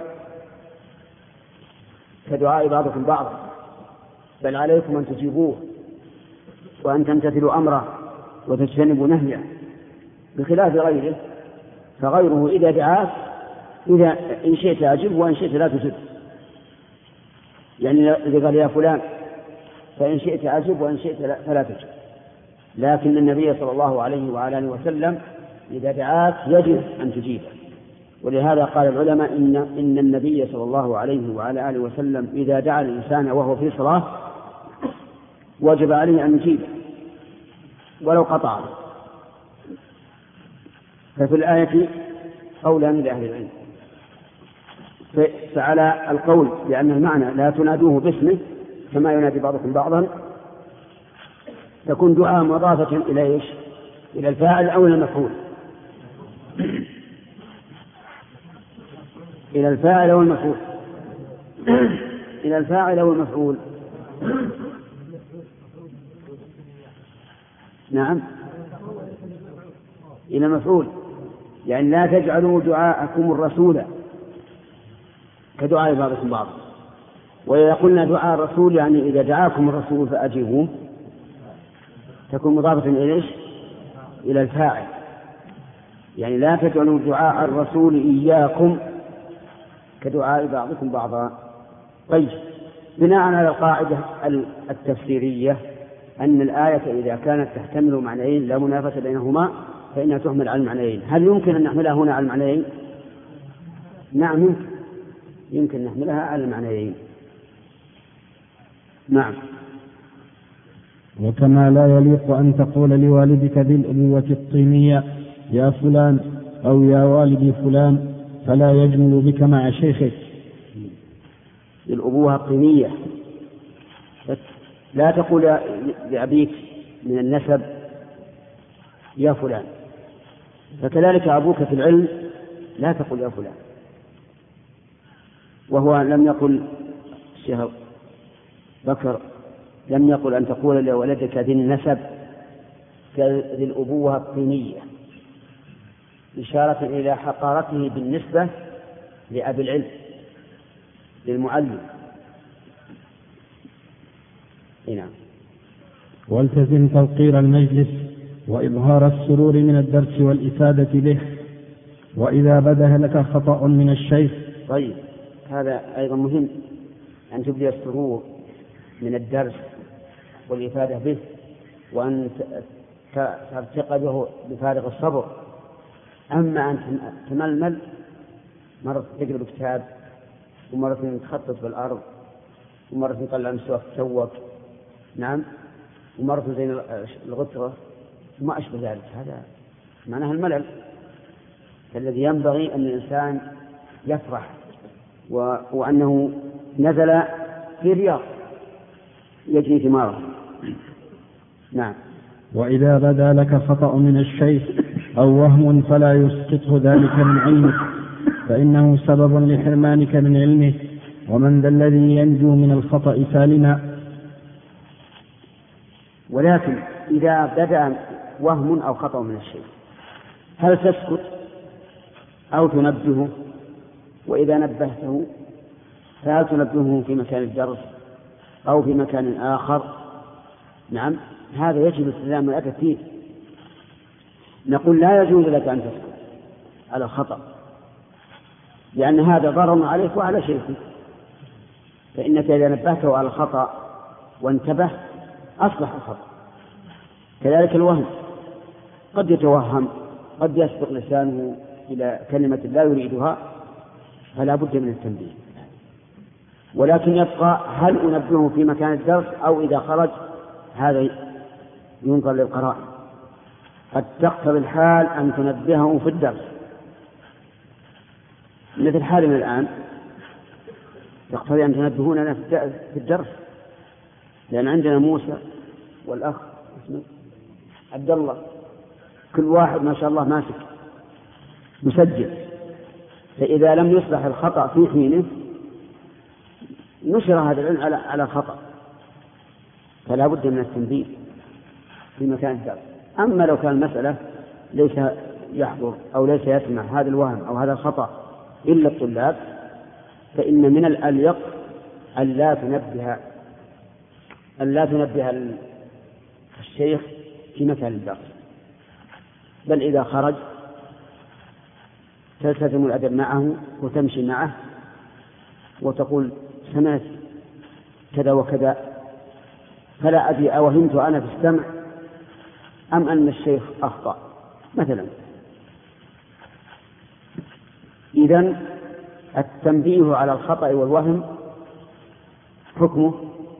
كدعاء بعضكم بعضا، بل عليكم أن تجيبوه وأن تمتثلوا أمره وتجتنبوا نهيه، بخلاف غيره، فغيره إذا دعاك إذا إن شئت أجب وإن شئت لا تجب، يعني إذا قال يا فلان فإن شئت أجب وإن شئت فلا تجب. لكن النبي صلى الله عليه وعلى آله وسلم إذا دعاك يجب أن تجيبه، ولهذا قال العلماء إن, إن النبي صلى الله عليه وعلى آله وسلم إذا دعا الإنسان وهو في صلاة وجب عليه أن يجيبه ولو قطع. ففي الآية قولان لأهل العلم، فعلى القول لأن المعنى لا تنادوه باسمه كما ينادي بعضكم بعضا تكون دعاء مضافة إلى إيش؟ إلى الفاعل أو إلى المفعول، إلى الفاعل أو المفعول إلى الفاعل أو المفعول نعم إلى المفعول، يعني لا تجعلوا دعاءكم الرسول كدعاء بعضكم بعض. وإذا قلنا دعاء الرسول يعني إذا دعاكم الرسول فأجيبوه تكون مضافة إلى إيش؟ إلى الفاعل، يعني لا تجعلوا دعاء الرسول إياكم كدعاء بعضكم بعضا. طيب، بناء على القاعدة التفسيرية أن الآية إذا كانت تحتمل معنيين لا منافسة بينهما فإنها تحمل على المعنيين. هل يمكن أن نحملها هنا على المعنيين؟ نعم يمكن، يمكن نحملها على المعنيين. نعم. وكما لا يليق أن تقول لوالدك ذي الأبوة الطينية يا فلان أو يا والدي فلان فلا يجمل بك مع شيخك. الأبوة الطينية لا تقول لأبيك من النسب يا فلان، فكذلك أبوك في العلم لا تقول يا فلان. وهو لم يقل الشيخ بكر لم يقل أن تقول لولدك ذي النسب كذي الأبوة الطينية، إشارة إلى حقارته بالنسبة لأبي العلم للمعلم. نعم. والتزم توقير المجلس وإظهار السرور من الدرس والإفادة به، وإذا بده لك خطأ من الشيخ. طيب، هذا أيضا مهم أن تبدي السرور من الدرس والإفادة به، وأن ترتقبه بفارغ الصبر. أما أن تململ مرة تقرب كتاب ومرة تخطط بالأرض ومرة تطلع مسواك تسوق، نعم، ومرة زين الغترة وما أشبه ذلك، هذا معناه الملل. الذي ينبغي أن الإنسان يفرح و... وأنه نزل في رياض يجني ثماره. نعم. وإذا بدا لك خطأ من الشيخ أو وهم فلا يسقطه ذلك من علمك، فإنه سبب لحرمانك من علمه، ومن ذا الذي ينجو من الخطأ سالما. ولكن إذا بدا وهم أو خطأ من الشيخ هل تسكت أو تنبهه؟ وإذا نبهته فهل تنبهه في مكان الدرس أو في مكان آخر؟ نعم، هذا يجب استلزام الأدب فيه. نقول لا يجوز لك أن تسكت على الخطأ، لأن هذا ضرر عليك وعلى شيخك، فإنك إذا نبهته على الخطأ وانتبه أصلح الخطأ. كذلك الوهم، قد يتوهم، قد يسبق لسانه إلى كلمة لا يريدها، فلا بد من التنبيه. ولكن يبقى هل أنبهه في مكان الدرس أو إذا خرج، هذا ينظر للقرائن. قد تقتضي الحال أن تنبهه في الدرس، مثل حالنا الآن تقتضي أن تنبهوننا في الدرس، لأن عندنا موسى والأخ اسمه عبد الله، كل واحد ما شاء الله ماسك مسجل، فإذا لم يصلح الخطأ في حينه نشر هذا العلم على على الخطأ، فلا بد من التنبيه في مكان الدرس. أما لو كان المسألة ليس يحضر أو ليس يسمع هذا الوهم أو هذا الخطأ إلا الطلاب، فإن من الأليق أن لا تنبه أن لا تنبه الشيخ في مكان الدرس، بل إذا خرج تلتزم الأدب معه وتمشي معه وتقول سمعت كذا وكذا، فلا أدري أوهمت أنا في السمع أم أن الشيخ أخطأ مثلا. إذن التنبيه على الخطأ والوهم حكمه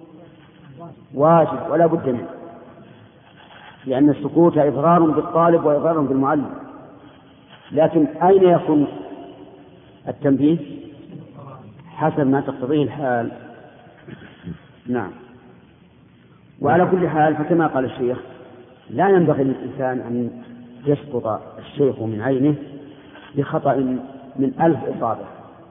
واجب ولا بد منه، لأن السكوت إضرار بالطالب وإضرار بالمعلم. لكن أين يكون التنبيه؟ حسب ما تقتضيه الحال. نعم. وعلى كل حال فكما قال الشيخ لا ينبغي للإنسان أن يسقط الشيخ من عينه بخطأ من ألف إصابة.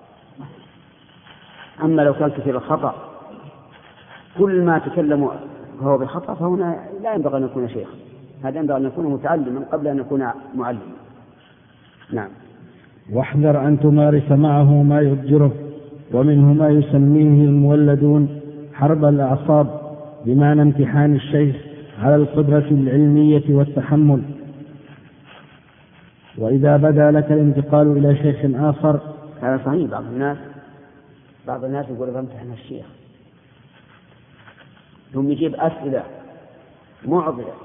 أما لو كان كثير الخطأ كل ما تكلم فهو بخطأ فهنا لا ينبغي أن يكون شيخ، هذا ينبغي أن يكون متعلما قبل أن يكون معلما. نعم. واحذر أن تمارس معه ما يضجره، ومنه ما يسميه المولدون حرب الأعصاب، بمعنى امتحان الشيخ على القدرة العلمية والتحمل. وإذا بدا لك الانتقال إلى شيخ آخر، هذا صحيح. بعض الناس بعض الناس يقول بامتحن الشيخ، ثم يجيب أسئلة معضلة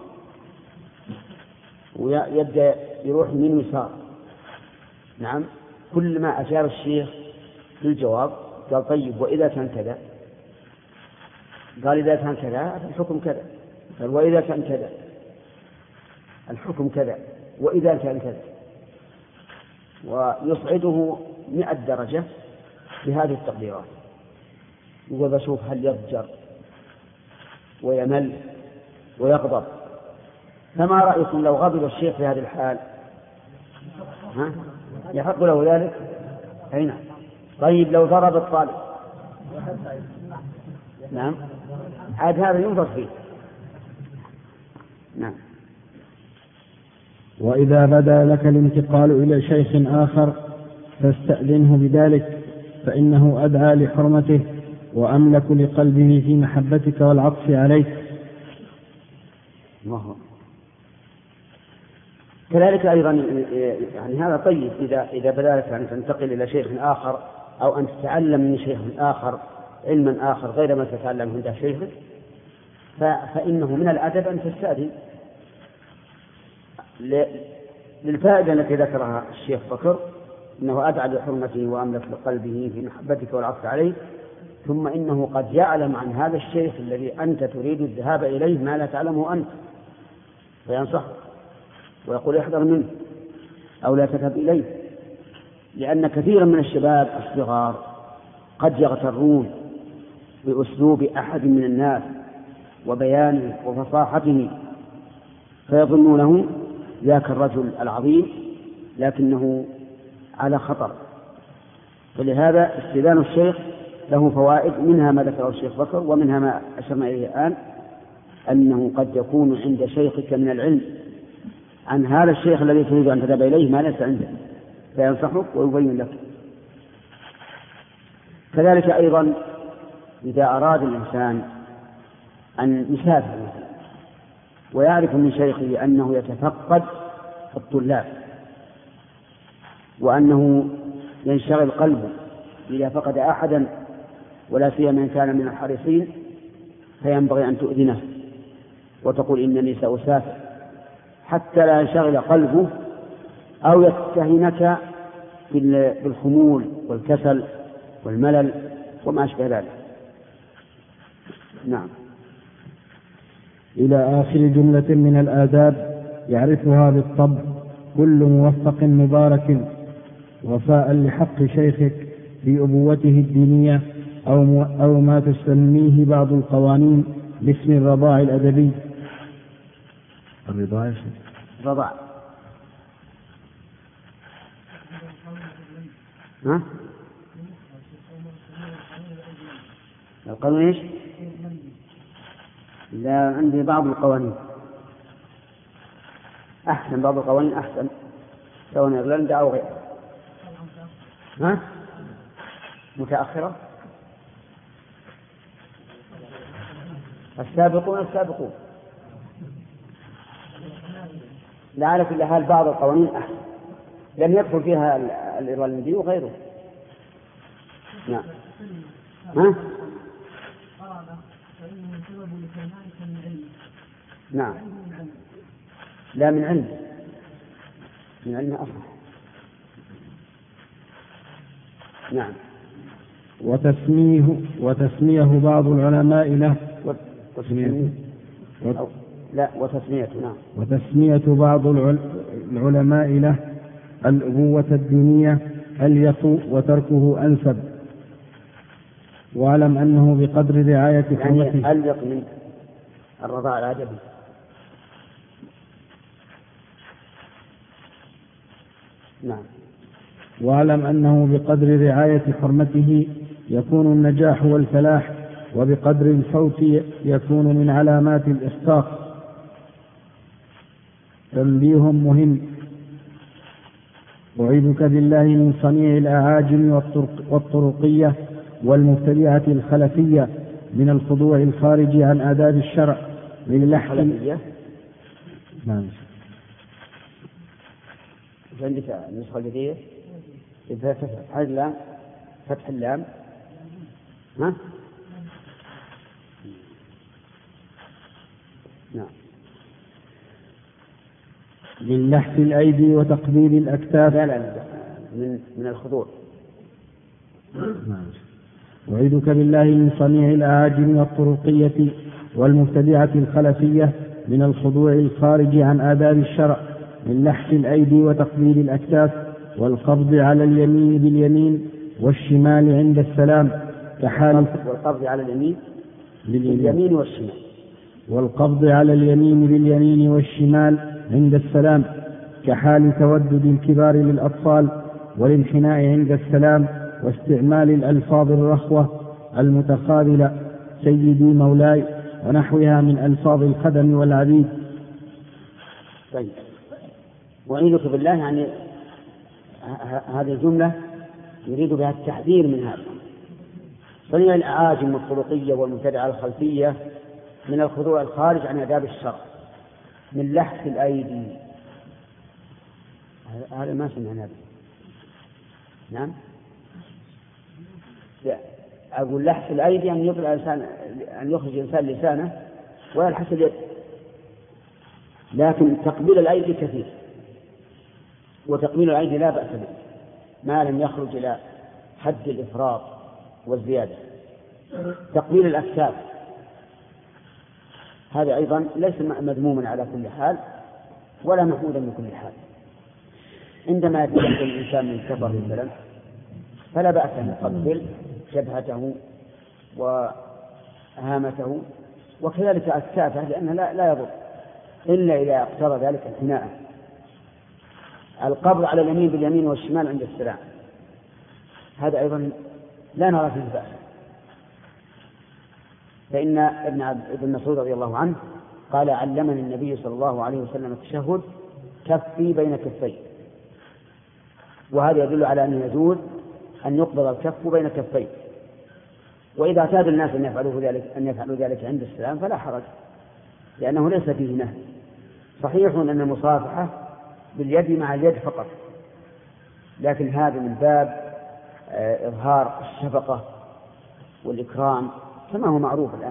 ويبدأ يروح يمين ويسار. نعم. كل ما أجاب الشيخ للجواب قال طيب وإذا كان كذا، قال إذا كان كذا الحكم كذا، قال وإذا كان كذا الحكم كذا، وإذا كان كذا، ويصعده مئة درجة في هذه التقديرات. يقول بشوف هل يضجر ويمل ويغضب. فما رأيكم لو غضب الشيخ في هذه الحال؟ ها؟ يحق له ذلك؟ أي نعم. طيب لو ضرب الطالب؟ نعم، عاد هذا ينظر فيه. نعم. وإذا بدا لك الانتقال إلى شيخ آخر فاستأذنه بذلك، فإنه أدعى لحرمته وأملك لقلبه في محبتك والعطف عليك. الله. كذلك أيضا يعني هذا طيب إذا إذا بدا لك أن تنتقل إلى شيخ آخر أو أن تتعلم من شيخ آخر علما آخر غير ما تتعلم عند شيخك، فإنه من الأدب أن تستأذن للفائدة التي ذكرها الشيخ بكر، إنه أدعى لحرمته وأملك لقلبه في محبتك والعطف عليه. ثم إنه قد يعلم عن هذا الشيخ الذي أنت تريد الذهاب إليه ما لا تعلمه أنت، فينصح ويقول احذر منه أو لا تذهب إليه، لأن كثيرا من الشباب الصغار قد يغترون بأسلوب أحد من الناس وبيانه وفصاحته، فيظنونه ذاك الرجل العظيم لكنه على خطر. فلهذا استئذان الشيخ له فوائد، منها ما ذكره الشيخ بكر ومنها ما أشرنا إليه الآن، أنه قد يكون عند شيخك من العلم عن هذا الشيخ الذي تريد أن تذهب إليه ما ليس عنده، فينصحك ويبين لك. كذلك أيضا إذا أراد الإنسان أن يسافر مثلا ويعرف من شيخه أنه يتفقد الطلاب وأنه ينشغل قلبه إذا فقد أحدا، ولا سيما من كان من الحريصين، فينبغي أن تؤذنه وتقول إنني سأسافر حتى لا ينشغل قلبه أو يتهمك بالخمول والكسل والملل وما أشبه ذلك. نعم. إلى آخر جملة من الآداب يعرفها بالطبع كل موفق مبارك وفاء لحق شيخك في أبوته الدينية أو, أو ما تسميه بعض القوانين باسم الرضاع الأدبي. الرضاع رضاع ها؟ القانون ايش؟ لا، عندي بعض القوانين أحسن، بعض القوانين أحسن سواء إيرلندا أو غيرها. ها؟ متأخرة. السابقون السابقون. لا على كل حال بعض القوانين أحسن، لم يدخل فيها الإيرلندي وغيره. نعم. ها؟ نعم. لا، من علم، من علم أصلا. نعم. وتسميه وتسميه بعض العلماء له وتسميه أو لا وتسميته. نعم. وتسمية بعض العلماء له الأبوة الدينية أليق وتركه أنسب، واعلم أنه بقدر رعاية حرمته. يعني أليق من الرضاع الأدبي. نعم. واعلم أنه بقدر رعاية حرمته يكون النجاح والفلاح، وبقدر الفوت يكون من علامات الإسقاط. تنبيه مهم: أعيذك بالله من صنيع الأعاجم والطرقية والمبتدعة الخلفية من الخضوع الخارج عن آداب الشرع من لحن. نعم. عندك النسخة الجديدة إذا فتح اللام فتح اللام ها؟ نعم. من لحس الأيدي وتقبيل الأكتاف. لا لا لا من من الخضوع. أعيذك بالله من صنيع الأعاجم والطرقية والمبتدعة الخلفية من الخضوع الخارج عن آداب الشرع من لحس الأيدي وتقبيل الأكتاف والقبض على اليمين باليمين والشمال عند السلام كحال والقبض على اليمين باليمين والشمال والقبض على اليمين باليمين والشمال عند السلام كحال تودد الكبار للأطفال والانحناء عند السلام واستعمال الألفاظ الرخوة المتخاذلة سيدي مولاي ونحوها من ألفاظ الخدم والعبيد. طيب، وأعيذك بالله يعني هذه الجملة يريد بها التحذير من هذا. صنيع الأعاجم والطرقية والمبتدعة الخلفية من الخضوع الخارج عن آداب الشرع من لحس الأيدي. هذا ما سمعنا به. نعم. أقول لحس الأيدي أن يطلع إنسان أن يخرج الإنسان لسانه ويلحس اليد، لكن تقبيل الأيدي كثير، وتقبيل الأيدي لا بأس به ما لم يخرج إلى حد الإفراط والزيادة. تقبيل الأكتاف هذا أيضا ليس مذموما على كل حال ولا محمودا من كل حال. عندما يتدخل الإنسان من سفر مثلا فلا بأس أن يقبل جبهته وهامته وكذلك أكتافه، لأنه لا, لا يضر إلا إذا اقتضى ذلك الحناء. القبض على اليمين باليمين والشمال عند السلام هذا أيضا لا نرى فيه بأس، فإن ابن ابن مسعود رضي الله عنه قال: علمني النبي صلى الله عليه وسلم التشهد كفي بين كفي، وهذا يدل على أنه يجوز أن يقبض الكف بين كفين، وإذا اعتاد الناس أن يفعلوا ذلك أن يفعلوا ذلك عند السلام فلا حرج، لأنه ليس فيه نهي. صحيح أن المصافحة باليد مع اليد فقط، لكن هذا من باب إظهار الشفقة والإكرام كما هو معروف الآن،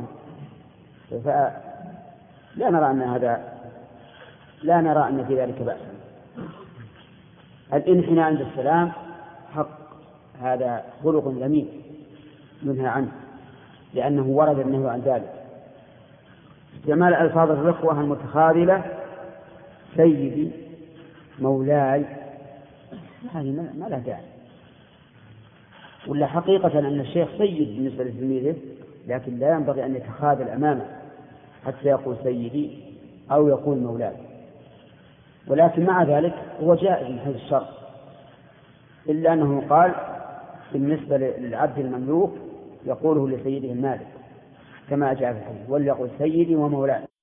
فلا نرى أن هذا لا نرى أن في ذلك بأسا. الانحناء عند السلام حق، هذا خلق ذميم ينهى عنه لأنه ورد النهي عن ذلك. استعمال ألفاظ الرخوة المتخاذلة سيدي مولاي هذه ما لها داعي. ولا حقيقة أن الشيخ سيد بالنسبة لتلميذه، لكن لا ينبغي أن يتخاذل أمامه حتى يقول سيدي أو يقول مولاي. ولكن مع ذلك هو جائز من حيث الشرع، إلا أنه قال بالنسبة للعبد المملوك يقوله لسيده المالك كما جاء في الحديث، وليقول سيدي ومولاي.